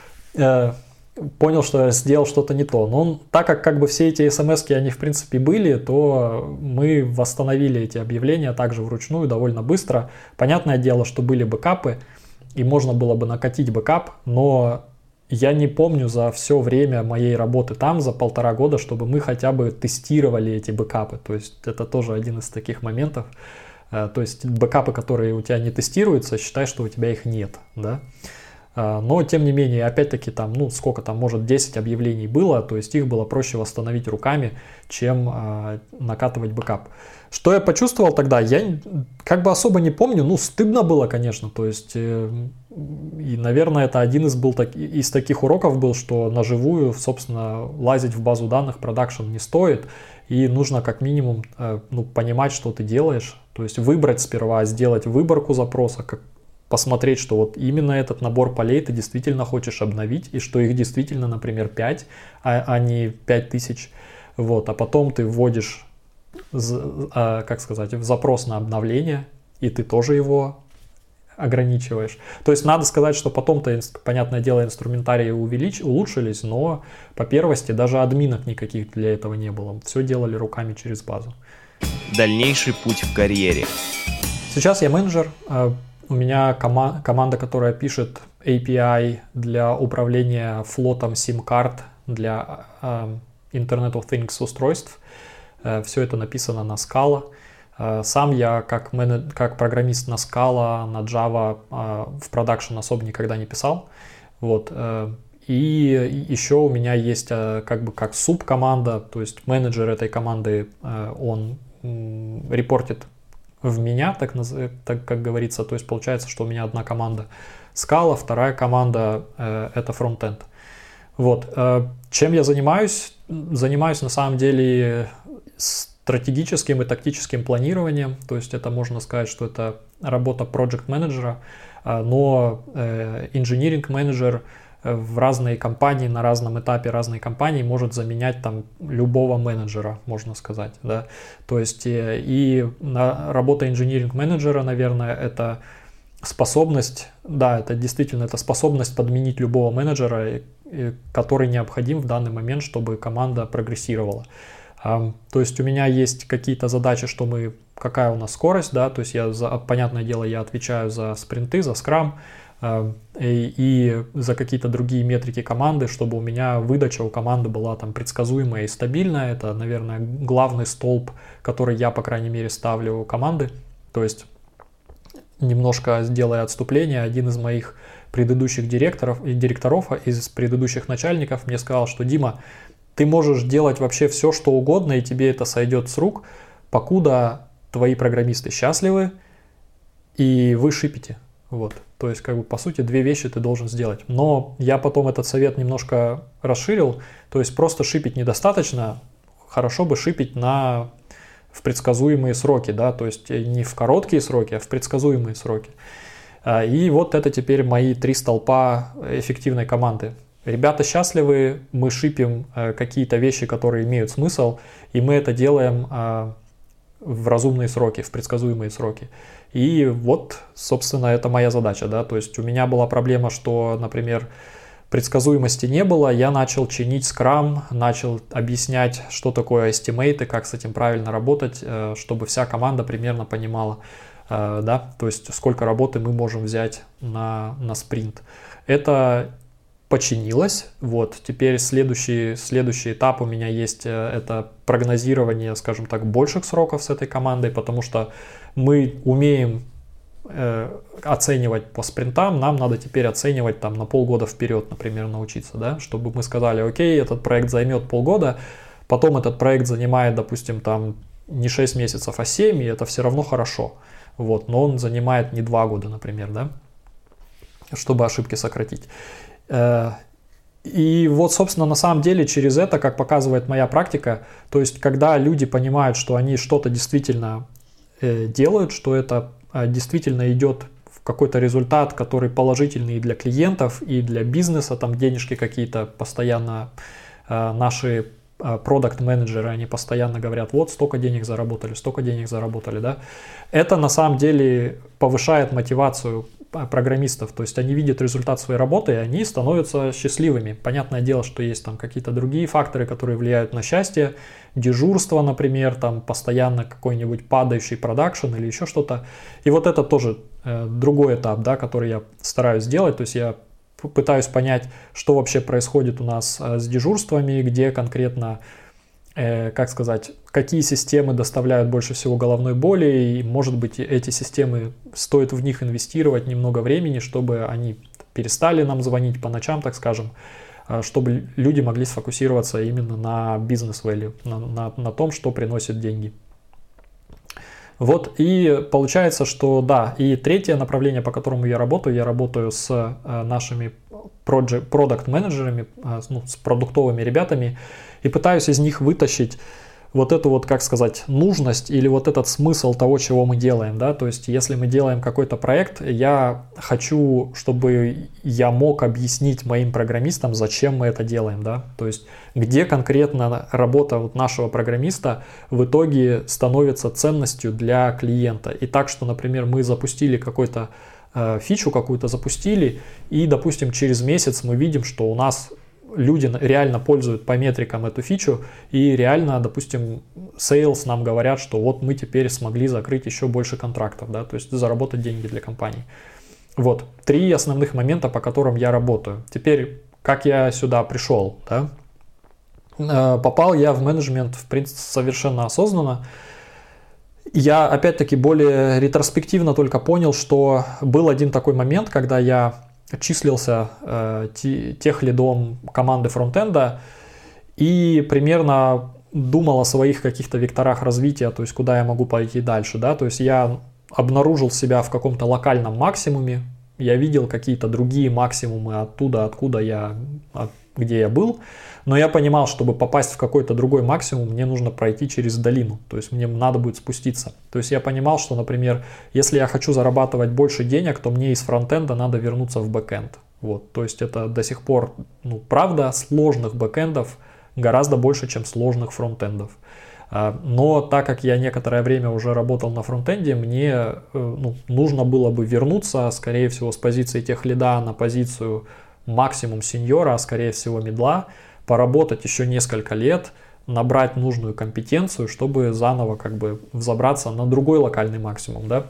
понял, что я сделал что-то не то. Но он, так как как бы все эти смс-ки, они в принципе были, то мы восстановили эти объявления также вручную довольно быстро. Понятное дело, что были бэкапы, и можно было бы накатить бэкап, но я не помню за все время моей работы там, за полтора года, чтобы мы хотя бы тестировали эти бэкапы. То есть это тоже один из таких моментов. То есть бэкапы, которые у тебя не тестируются, считай, что у тебя их нет, да. Но, тем не менее, опять-таки, там, ну, сколько там, может, десять объявлений было, то есть их было проще восстановить руками, чем э, накатывать бэкап. Что я почувствовал тогда? Я как бы особо не помню, ну, стыдно было, конечно, то есть, э, и, наверное, это один из, был, так, из таких уроков был, что на живую, собственно, лазить в базу данных продакшн не стоит, и нужно как минимум, э, ну, понимать, что ты делаешь, то есть выбрать сперва, сделать выборку запроса, как посмотреть, что вот именно этот набор полей ты действительно хочешь обновить, и что их действительно, например, пять, а, а не пять тысяч. Вот, а потом ты вводишь, как сказать, запрос на обновление, и ты тоже его ограничиваешь. То есть надо сказать, что потом-то, понятное дело, инструментарии увелич... улучшились, но по первости даже админок никаких для этого не было. Все делали руками через базу. Дальнейший путь в карьере. Сейчас я менеджер. У меня кома- команда, которая пишет эй пи ай для управления флотом сим-карт для э, Internet of Things устройств. Э, все это написано на Scala. Э, сам я как, менед- как программист на Scala, на Java э, в продакшн особо никогда не писал. Вот. Э, и еще у меня есть э, как бы как субкоманда, то есть менеджер этой команды, э, он э, репортит в меня, так, так как говорится, то есть получается, что у меня одна команда Scala, вторая команда э, это фронтенд. Вот. Э, чем я занимаюсь? Занимаюсь на самом деле стратегическим и тактическим планированием, то есть это можно сказать, что это работа проект-менеджера, э, но э, инжиниринг-менеджер в разные компании, на разном этапе разной компании может заменять там любого менеджера, можно сказать, да. То есть и на, работа инжиниринг-менеджера, наверное, это способность, да, это действительно это способность подменить любого менеджера, который необходим в данный момент, чтобы команда прогрессировала. То есть у меня есть какие-то задачи, что мы, какая у нас скорость, да, то есть я, за, понятное дело, я отвечаю за спринты, за скрам, И, и за какие-то другие метрики команды, чтобы у меня выдача у команды была там предсказуемая и стабильная. Это, наверное, главный столб, который я, по крайней мере, ставлю у команды. То есть, немножко делая отступление, один из моих предыдущих директоров, директоров из предыдущих начальников мне сказал, что: Дима, ты можешь делать вообще все, что угодно, и тебе это сойдет с рук, покуда твои программисты счастливы, и вы шипите. Вот. То есть, как бы, по сути, две вещи ты должен сделать. Но я потом этот совет немножко расширил. То есть, просто шипить недостаточно. Хорошо бы шипить на, в предсказуемые сроки, да, то есть не в короткие сроки, а в предсказуемые сроки. И вот это теперь мои три столпа эффективной команды. Ребята счастливы, мы шипим какие-то вещи, которые имеют смысл, и мы это делаем в разумные сроки, в предсказуемые сроки. И вот, собственно, это моя задача, да, то есть у меня была проблема, что, например, предсказуемости не было, я начал чинить скрам, начал объяснять, что такое эстимейты, как с этим правильно работать, чтобы вся команда примерно понимала, да, то есть сколько работы мы можем взять на, на спринт. Это починилось, вот, теперь следующий, следующий этап у меня есть, это прогнозирование, скажем так, больших сроков с этой командой, потому что мы умеем э, оценивать по спринтам, нам надо теперь оценивать там на полгода вперед, например, научиться, да, чтобы мы сказали, окей, этот проект займет полгода, потом этот проект занимает, допустим, там не шесть месяцев, а семь, и это все равно хорошо, вот, но он занимает не два года, например, да, чтобы ошибки сократить. И вот, собственно, на самом деле через это, как показывает моя практика, то есть когда люди понимают, что они что-то действительно э, делают, что это э, действительно идет в какой-то результат, который положительный и для клиентов, и для бизнеса, там денежки какие-то постоянно, э, наши э, продакт-менеджеры, они постоянно говорят, вот столько денег заработали, столько денег заработали, да. Это на самом деле повышает мотивацию программистов, то есть они видят результат своей работы, и они становятся счастливыми. Понятное дело, что есть там какие-то другие факторы, которые влияют на счастье, дежурство, например, там постоянно какой-нибудь падающий продакшн или еще что-то. И вот это тоже э, другой этап, да, который я стараюсь сделать, то есть я пытаюсь понять, что вообще происходит у нас э, с дежурствами, где конкретно, э, как сказать, какие системы доставляют больше всего головной боли, и, может быть, эти системы, стоит в них инвестировать немного времени, чтобы они перестали нам звонить по ночам, так скажем, чтобы люди могли сфокусироваться именно на бизнес-value, на, на, на том, что приносит деньги. Вот, и получается, что да, и третье направление, по которому я работаю, я работаю с нашими продакт-менеджерами, ну, с продуктовыми ребятами, и пытаюсь из них вытащить вот эту вот, как сказать, нужность или вот этот смысл того, чего мы делаем, да, то есть если мы делаем какой-то проект, я хочу, чтобы я мог объяснить моим программистам, зачем мы это делаем, да, то есть где конкретно работа вот нашего программиста в итоге становится ценностью для клиента, и так, что, например, мы запустили какой-то э, фичу какую-то запустили, и, допустим, через месяц мы видим, что у нас люди реально пользуют по метрикам эту фичу, и реально, допустим, sales нам говорят, что вот мы теперь смогли закрыть еще больше контрактов, да, то есть заработать деньги для компании. Вот, три основных момента, по которым я работаю. Теперь, как я сюда пришел, да? Попал я в менеджмент, в принципе, совершенно осознанно. Я, опять-таки, более ретроспективно только понял, что был один такой момент, когда я числился э, тех лидом команды фронтенда и примерно думал о своих каких-то векторах развития, то есть куда я могу пойти дальше, да, то есть я обнаружил себя в каком-то локальном максимуме, я видел какие-то другие максимумы оттуда, откуда я, от, где я был, но я понимал, чтобы попасть в какой-то другой максимум, мне нужно пройти через долину, то есть мне надо будет спуститься. То есть я понимал, что, например, если я хочу зарабатывать больше денег, то мне из фронтенда надо вернуться в бэкенд. Вот, то есть это до сих пор, ну, правда, сложных бэкэндов гораздо больше, чем сложных фронтендов. Но так как я некоторое время уже работал на фронтенде, мне ну, нужно было бы вернуться, скорее всего, с позиции техлида на позицию максимум сеньора, а скорее всего мидла, поработать еще несколько лет, набрать нужную компетенцию, чтобы заново как бы взобраться на другой локальный максимум, да.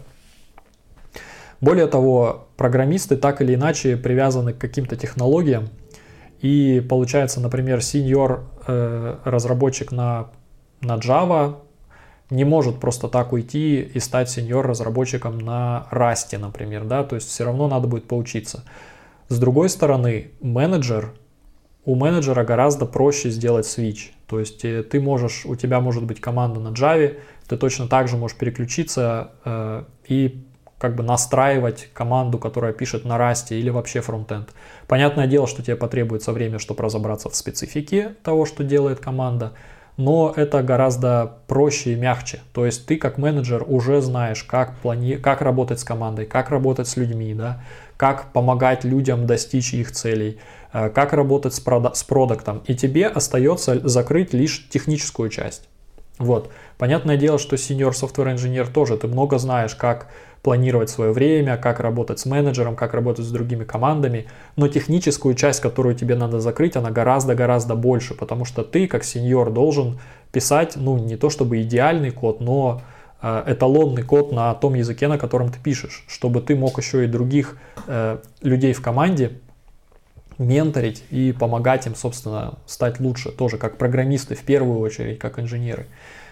Более того, программисты так или иначе привязаны к каким-то технологиям, и получается, например, сеньор э, разработчик на, на Java не может просто так уйти и стать сеньор разработчиком на Rust, например, да, то есть все равно надо будет поучиться. С другой стороны, менеджер, у менеджера гораздо проще сделать свитч. То есть ты можешь, у тебя может быть команда на Java, ты точно так же можешь переключиться э, и как бы настраивать команду, которая пишет на Rust или вообще фронтенд. Понятное дело, что тебе потребуется время, чтобы разобраться в специфике того, что делает команда, но это гораздо проще и мягче. То есть ты как менеджер уже знаешь, как, плани... как работать с командой, как работать с людьми, да? Как помогать людям достичь их целей, как работать с, прода... с продуктом. И тебе остается закрыть лишь техническую часть. Вот. Понятное дело, что senior software engineer тоже, ты много знаешь, как планировать свое время, как работать с менеджером, как работать с другими командами, но техническую часть, которую тебе надо закрыть, она гораздо-гораздо больше, потому что ты, как сеньор, должен писать, ну, не то чтобы идеальный код, но э, эталонный код на том языке, на котором ты пишешь, чтобы ты мог еще и других э, людей в команде менторить и помогать им, собственно, стать лучше, тоже как программисты в первую очередь, как инженеры.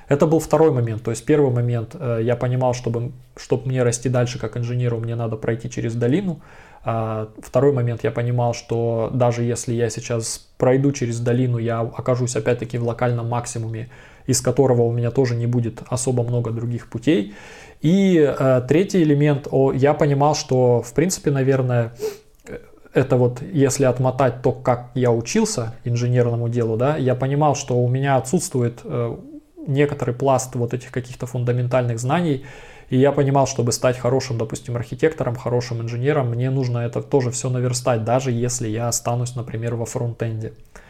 Это был второй момент. То есть первый момент, я понимал, чтобы, чтобы мне расти дальше как инженеру, мне надо пройти через долину. А второй момент, я понимал, что даже если я сейчас пройду через долину, я окажусь опять-таки в локальном максимуме, из которого у меня тоже не будет особо много других путей. И э, третий элемент, о, я понимал, что в принципе, наверное, это вот если отмотать то, как я учился инженерному делу, да, я понимал, что у меня отсутствует э, некоторый пласт вот этих каких-то фундаментальных знаний, и я понимал, чтобы стать хорошим, допустим, архитектором, хорошим инженером, мне нужно это тоже все наверстать, даже если я останусь, например, во фронтенде.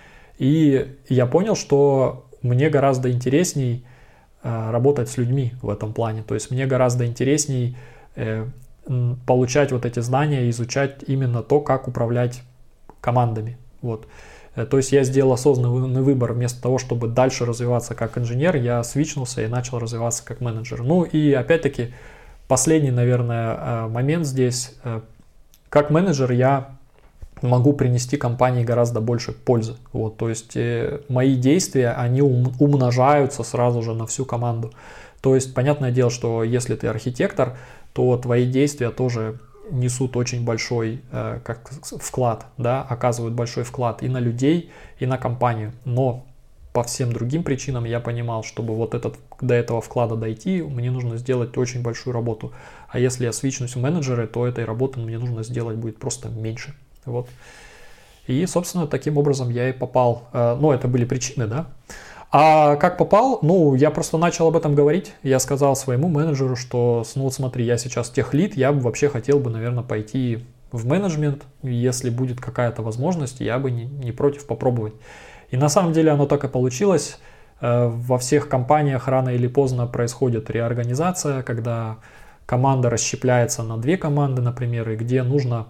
И я понял, что мне гораздо интересней э, работать с людьми в этом плане, то есть мне гораздо интересней э, получать вот эти знания, изучать именно то, как управлять командами. Вот. То есть я сделал осознанный выбор. Вместо того, чтобы дальше развиваться как инженер, я свичнулся и начал развиваться как менеджер. Ну и опять-таки последний, наверное, момент здесь. Как менеджер я могу принести компании гораздо больше пользы. Вот. То есть мои действия, они умножаются сразу же на всю команду. То есть понятное дело, что если ты архитектор, то твои действия тоже несут очень большой э, как вклад, да, оказывают большой вклад и на людей, и на компанию. Но по всем другим причинам я понимал, чтобы вот этот, до этого вклада дойти, мне нужно сделать очень большую работу. А если я свичнусь в менеджеры, то этой работы мне нужно сделать будет просто меньше. Вот. И, собственно, таким образом я и попал. Э, ну, это были причины, да. А как попал? Ну, я просто начал об этом говорить. Я сказал своему менеджеру, что, ну вот смотри, я сейчас техлид, я бы вообще хотел бы, наверное, пойти в менеджмент. Если будет какая-то возможность, я бы не, не против попробовать. И на самом деле оно так и получилось. Во всех компаниях рано или поздно происходит реорганизация, когда команда расщепляется на две команды, например, и где нужно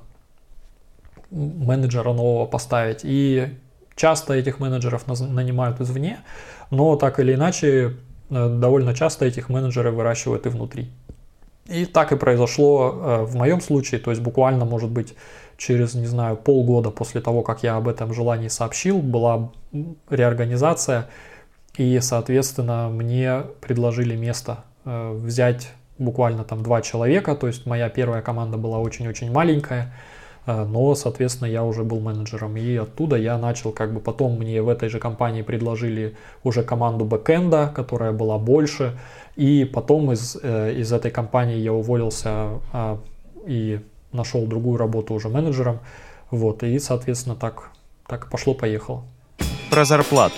менеджера нового поставить. И часто этих менеджеров нанимают извне, но так или иначе довольно часто этих менеджеров выращивают и внутри. И так и произошло в моем случае, то есть буквально, может быть, через, не знаю, полгода после того, как я об этом желании сообщил, была реорганизация, и, соответственно, мне предложили место взять буквально там два человека, то есть моя первая команда была очень-очень маленькая, но, соответственно, я уже был менеджером, и оттуда я начал, как бы потом мне в этой же компании предложили уже команду бэкэнда, которая была больше, и потом из, из этой компании я уволился и нашел другую работу уже менеджером, вот, и, соответственно, так, так пошло-поехало. Про зарплату.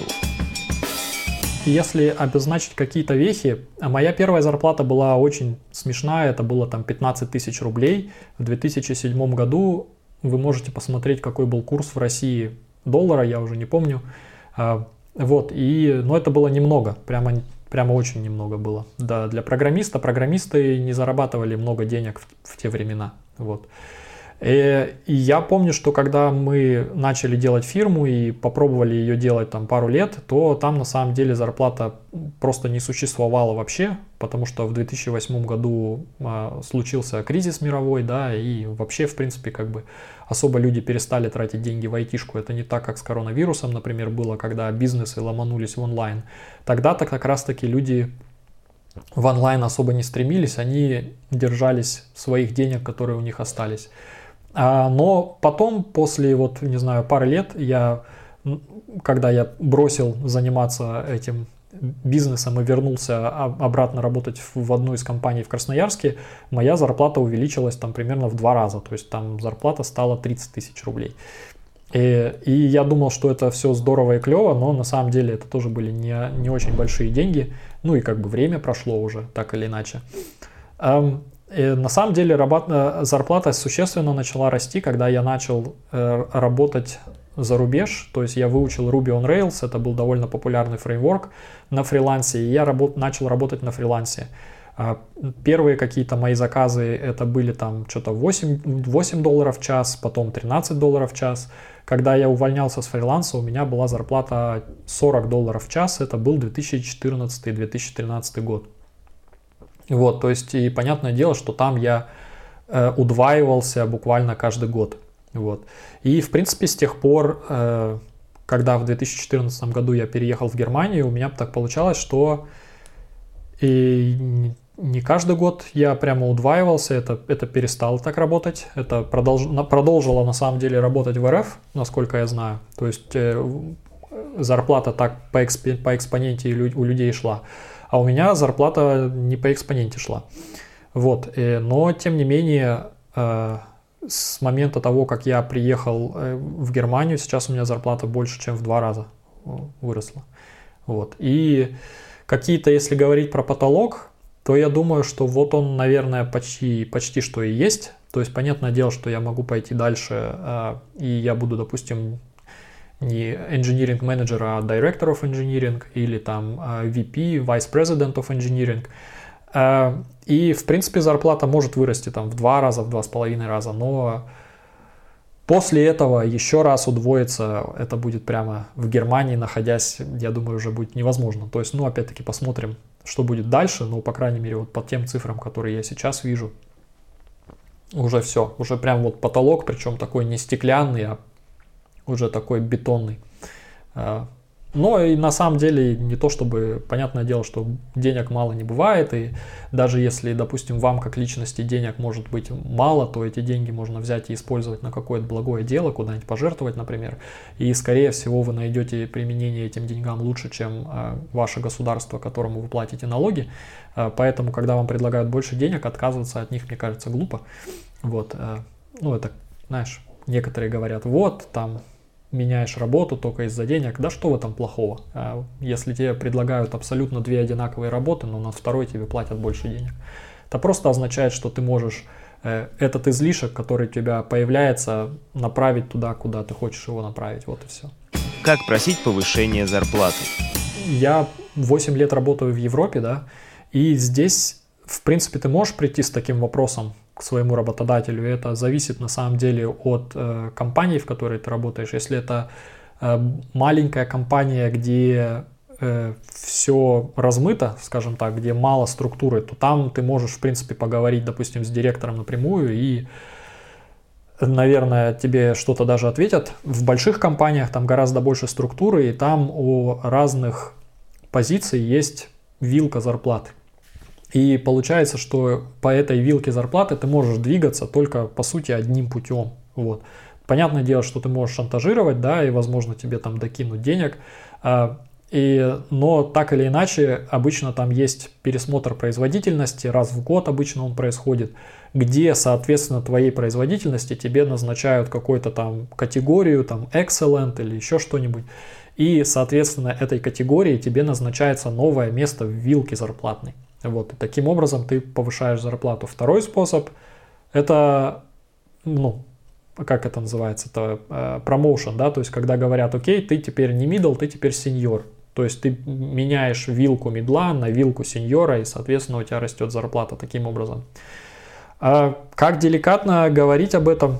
Если обозначить какие-то вехи, моя первая зарплата была очень смешная, это было там пятнадцать тысяч рублей. В две тысячи седьмом году вы можете посмотреть, какой был курс в России доллара, я уже не помню. Вот, и, но это было немного, прямо, прямо очень немного было. Да, для программиста, программисты не зарабатывали много денег в, в те времена. Вот. И, и я помню, что когда мы начали делать фирму и попробовали ее делать там пару лет, то там на самом деле зарплата просто не существовала вообще, потому что в две тысячи восьмом году а, случился кризис мировой, да, и вообще, в принципе, как бы особо люди перестали тратить деньги в айтишку. Это не так, как с коронавирусом, например, было, когда бизнесы ломанулись в онлайн. Тогда-то как раз-таки люди в онлайн особо не стремились, они держались своих денег, которые у них остались. Но потом, после, вот, не знаю, пары лет, я, когда я бросил заниматься этим бизнесом и вернулся обратно работать в одну из компаний в Красноярске, моя зарплата увеличилась там примерно в два раза. То есть там зарплата стала тридцать тысяч рублей. И, и я думал, что это все здорово и клево, но на самом деле это тоже были не, не очень большие деньги. Ну и как бы время прошло уже, так или иначе. И на самом деле зарплата существенно начала расти, когда я начал работать за рубеж. То есть я выучил Ruby on Rails, это был довольно популярный фреймворк на фрилансе, и я работ, начал работать на фрилансе. Первые какие-то мои заказы это были там что-то восемь, восемь долларов в час, потом тринадцать долларов в час. Когда я увольнялся с фриланса, у меня была зарплата сорок долларов в час, это был две тысячи четырнадцатый - две тысячи тринадцатый год. Вот, то есть, и понятное дело, что там я э, удваивался буквально каждый год. Вот. И, в принципе, с тех пор, э, когда в две тысячи четырнадцатом году я переехал в Германию, у меня так получалось, что И не каждый год я прямо удваивался, это, это перестало так работать. Это продолж, продолжило на самом деле работать в эр эф, насколько я знаю. То есть э, зарплата так по, экспи, по экспоненте у людей шла, а у меня зарплата не по экспоненте шла. Вот. И, но тем не менее, э, с момента того, как я приехал э, в Германию, сейчас у меня зарплата больше, чем в два раза выросла. Вот. И какие-то, если говорить про потолок, то я думаю, что вот он, наверное, почти, почти что и есть. То есть, понятное дело, что я могу пойти дальше, и я буду, допустим, не engineering manager, а director of engineering, или там ви пи, vice president of engineering. И, в принципе, зарплата может вырасти там в два раза, в два с половиной раза, но после этого еще раз удвоиться, это будет прямо в Германии, находясь, я думаю, уже будет невозможно. То есть, ну, опять-таки, посмотрим, что будет дальше, но, по крайней мере, вот по тем цифрам, которые я сейчас вижу, уже все, уже прям вот потолок, причем такой не стеклянный, а уже такой бетонный. Но и на самом деле не то чтобы, понятное дело, что денег мало не бывает, и даже если, допустим, вам как личности денег может быть мало, то эти деньги можно взять и использовать на какое-то благое дело, куда-нибудь пожертвовать, например, и скорее всего вы найдете применение этим деньгам лучше, чем ваше государство, которому вы платите налоги, поэтому, когда вам предлагают больше денег, отказываться от них, мне кажется, глупо. Вот, ну это, знаешь, некоторые говорят, вот, там, меняешь работу только из-за денег, да что в этом плохого? Если тебе предлагают абсолютно две одинаковые работы, но на второй тебе платят больше денег, это просто означает, что ты можешь этот излишек, который у тебя появляется, направить туда, куда ты хочешь его направить, вот и все. Как просить повышение зарплаты? Я восемь лет работаю в Европе, да, и здесь, в принципе, ты можешь прийти с таким вопросом к своему работодателю, и это зависит на самом деле от э, компании, в которой ты работаешь. Если это э, маленькая компания, где э, все размыто, скажем так, где мало структуры, то там ты можешь, в принципе, поговорить, допустим, с директором напрямую, и, наверное, тебе что-то даже ответят. В больших компаниях там гораздо больше структуры, и там у разных позиций есть вилка зарплаты. И получается, что по этой вилке зарплаты ты можешь двигаться только, по сути, одним путем. Вот. Понятное дело, что ты можешь шантажировать, да, и, возможно, тебе там докинут денег. И, но так или иначе, обычно там есть пересмотр производительности, раз в год обычно он происходит, где, соответственно, твоей производительности тебе назначают какую-то там категорию, там excellent или еще что-нибудь. И, соответственно, этой категории тебе назначается новое место в вилке зарплатной. Вот, и таким образом ты повышаешь зарплату. Второй способ – это, ну, как это называется, это промоушен, да, то есть когда говорят, окей, ты теперь не middle, ты теперь сеньор. То есть ты меняешь вилку мидла на вилку сеньора, и, соответственно, у тебя растет зарплата таким образом. А как деликатно говорить об этом?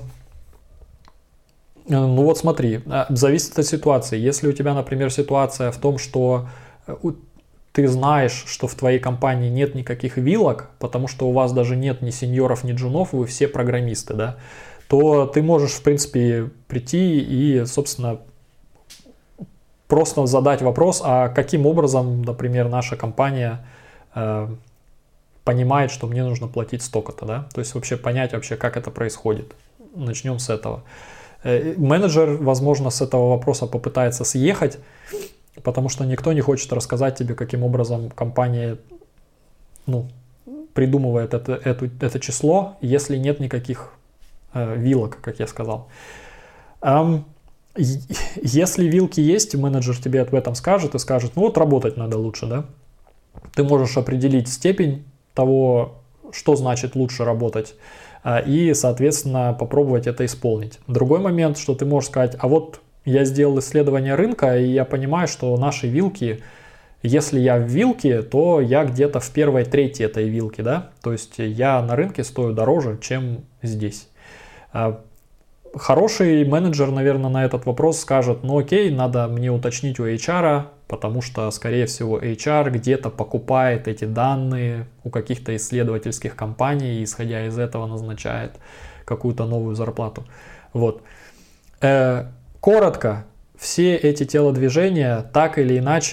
Ну вот смотри, зависит от ситуации. Если у тебя, например, ситуация в том, что ты знаешь, что в твоей компании нет никаких вилок, потому что у вас даже нет ни сеньоров, ни джунов, вы все программисты, да, то ты можешь, в принципе, прийти и, собственно, просто задать вопрос, а каким образом, например, наша компания э, понимает, что мне нужно платить столько-то, да, то есть вообще понять вообще, как это происходит. Начнем с этого. Э, менеджер, возможно, с этого вопроса попытается съехать, потому что никто не хочет рассказать тебе, каким образом компания, ну, придумывает это, это, это число, если нет никаких э, вилок, как я сказал. Эм, если вилки есть, менеджер тебе об этом скажет и скажет, ну вот работать надо лучше, да. Ты можешь определить степень того, что значит лучше работать, э, и, соответственно, попробовать это исполнить. Другой момент, что ты можешь сказать, а вот я сделал исследование рынка, и я понимаю, что наши вилки, если я в вилке, то я где-то в первой трети этой вилки, да, то есть я на рынке стою дороже, чем здесь. Хороший менеджер, наверное, на этот вопрос скажет, ну окей, надо мне уточнить у эйч ар, потому что, скорее всего, эйч ар где-то покупает эти данные у каких-то исследовательских компаний, и, исходя из этого, назначает какую-то новую зарплату. Вот. Коротко, все эти телодвижения так или иначе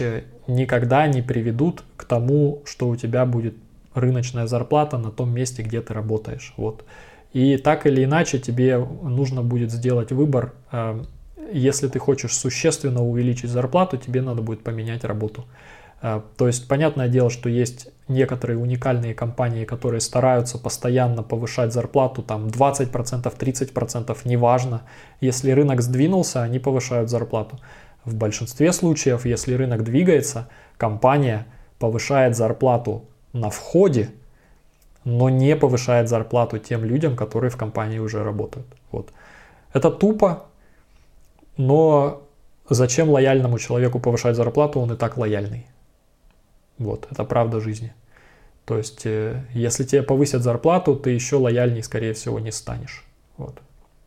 никогда не приведут к тому, что у тебя будет рыночная зарплата на том месте, где ты работаешь. Вот. И так или иначе тебе нужно будет сделать выбор. Если ты хочешь существенно увеличить зарплату, тебе надо будет поменять работу. То есть, понятное дело, что есть некоторые уникальные компании, которые стараются постоянно повышать зарплату, там двадцать процентов, тридцать процентов, неважно. Если рынок сдвинулся, они повышают зарплату. В большинстве случаев, если рынок двигается, компания повышает зарплату на входе, но не повышает зарплату тем людям, которые в компании уже работают. Вот. Это тупо, но зачем лояльному человеку повышать зарплату, он и так лояльный. Вот, это правда жизни. То есть, э, если тебе повысят зарплату, ты еще лояльней, скорее всего, не станешь. Вот.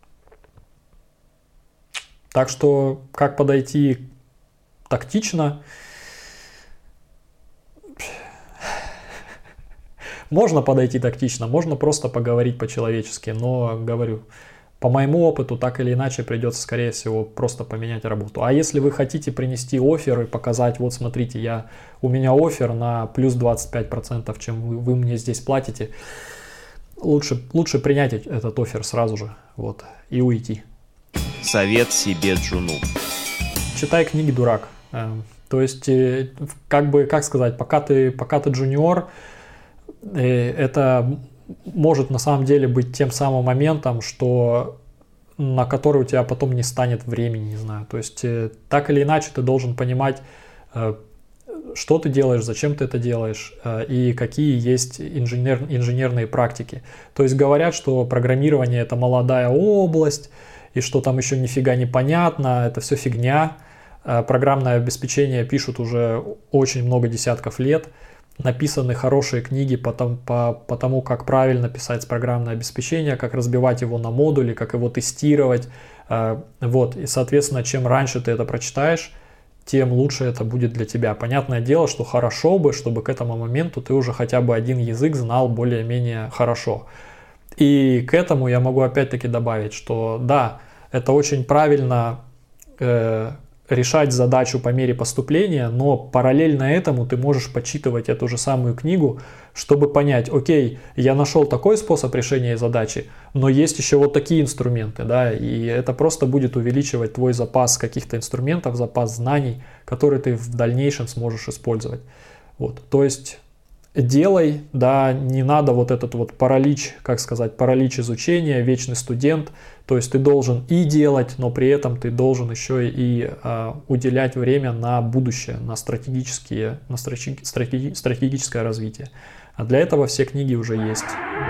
Так что, как подойти тактично? Можно подойти тактично, можно просто поговорить по-человечески, но, говорю, по моему опыту, так или иначе придется, скорее всего, просто поменять работу. А если вы хотите принести оффер и показать, вот смотрите, я, у меня оффер на плюс двадцать пять процентов, чем вы, вы мне здесь платите, лучше, лучше принять этот оффер сразу же, вот, и уйти. Совет себе джуну. Читай книги, дурак. То есть, как бы, как сказать, пока ты, пока ты джуниор, это может на самом деле быть тем самым моментом, что, на который у тебя потом не станет времени, не знаю. То есть, так или иначе ты должен понимать, что ты делаешь, зачем ты это делаешь и какие есть инженер, инженерные практики. То есть, говорят, что программирование — это молодая область, и что там еще нифига не понятно, это все фигня. Программное обеспечение пишут уже очень много десятков лет. Написаны хорошие книги по, там, по, по тому, как правильно писать программное обеспечение, как разбивать его на модули, как его тестировать. Вот. И, соответственно, чем раньше ты это прочитаешь, тем лучше это будет для тебя. Понятное дело, что хорошо бы, чтобы к этому моменту ты уже хотя бы один язык знал более-менее хорошо. И к этому я могу опять-таки добавить, что да, это очень правильно э, решать задачу по мере поступления, но параллельно этому ты можешь почитывать эту же самую книгу, чтобы понять, окей, я нашел такой способ решения задачи, но есть еще вот такие инструменты, да, и это просто будет увеличивать твой запас каких-то инструментов, запас знаний, которые ты в дальнейшем сможешь использовать. Вот, то есть делай, да, не надо вот этот вот паралич, как сказать, паралич изучения, вечный студент. То есть ты должен и делать, но при этом ты должен еще и э, уделять время на будущее, на, стратегические, на стратеги, стратеги, стратегическое развитие. А для этого все книги уже есть.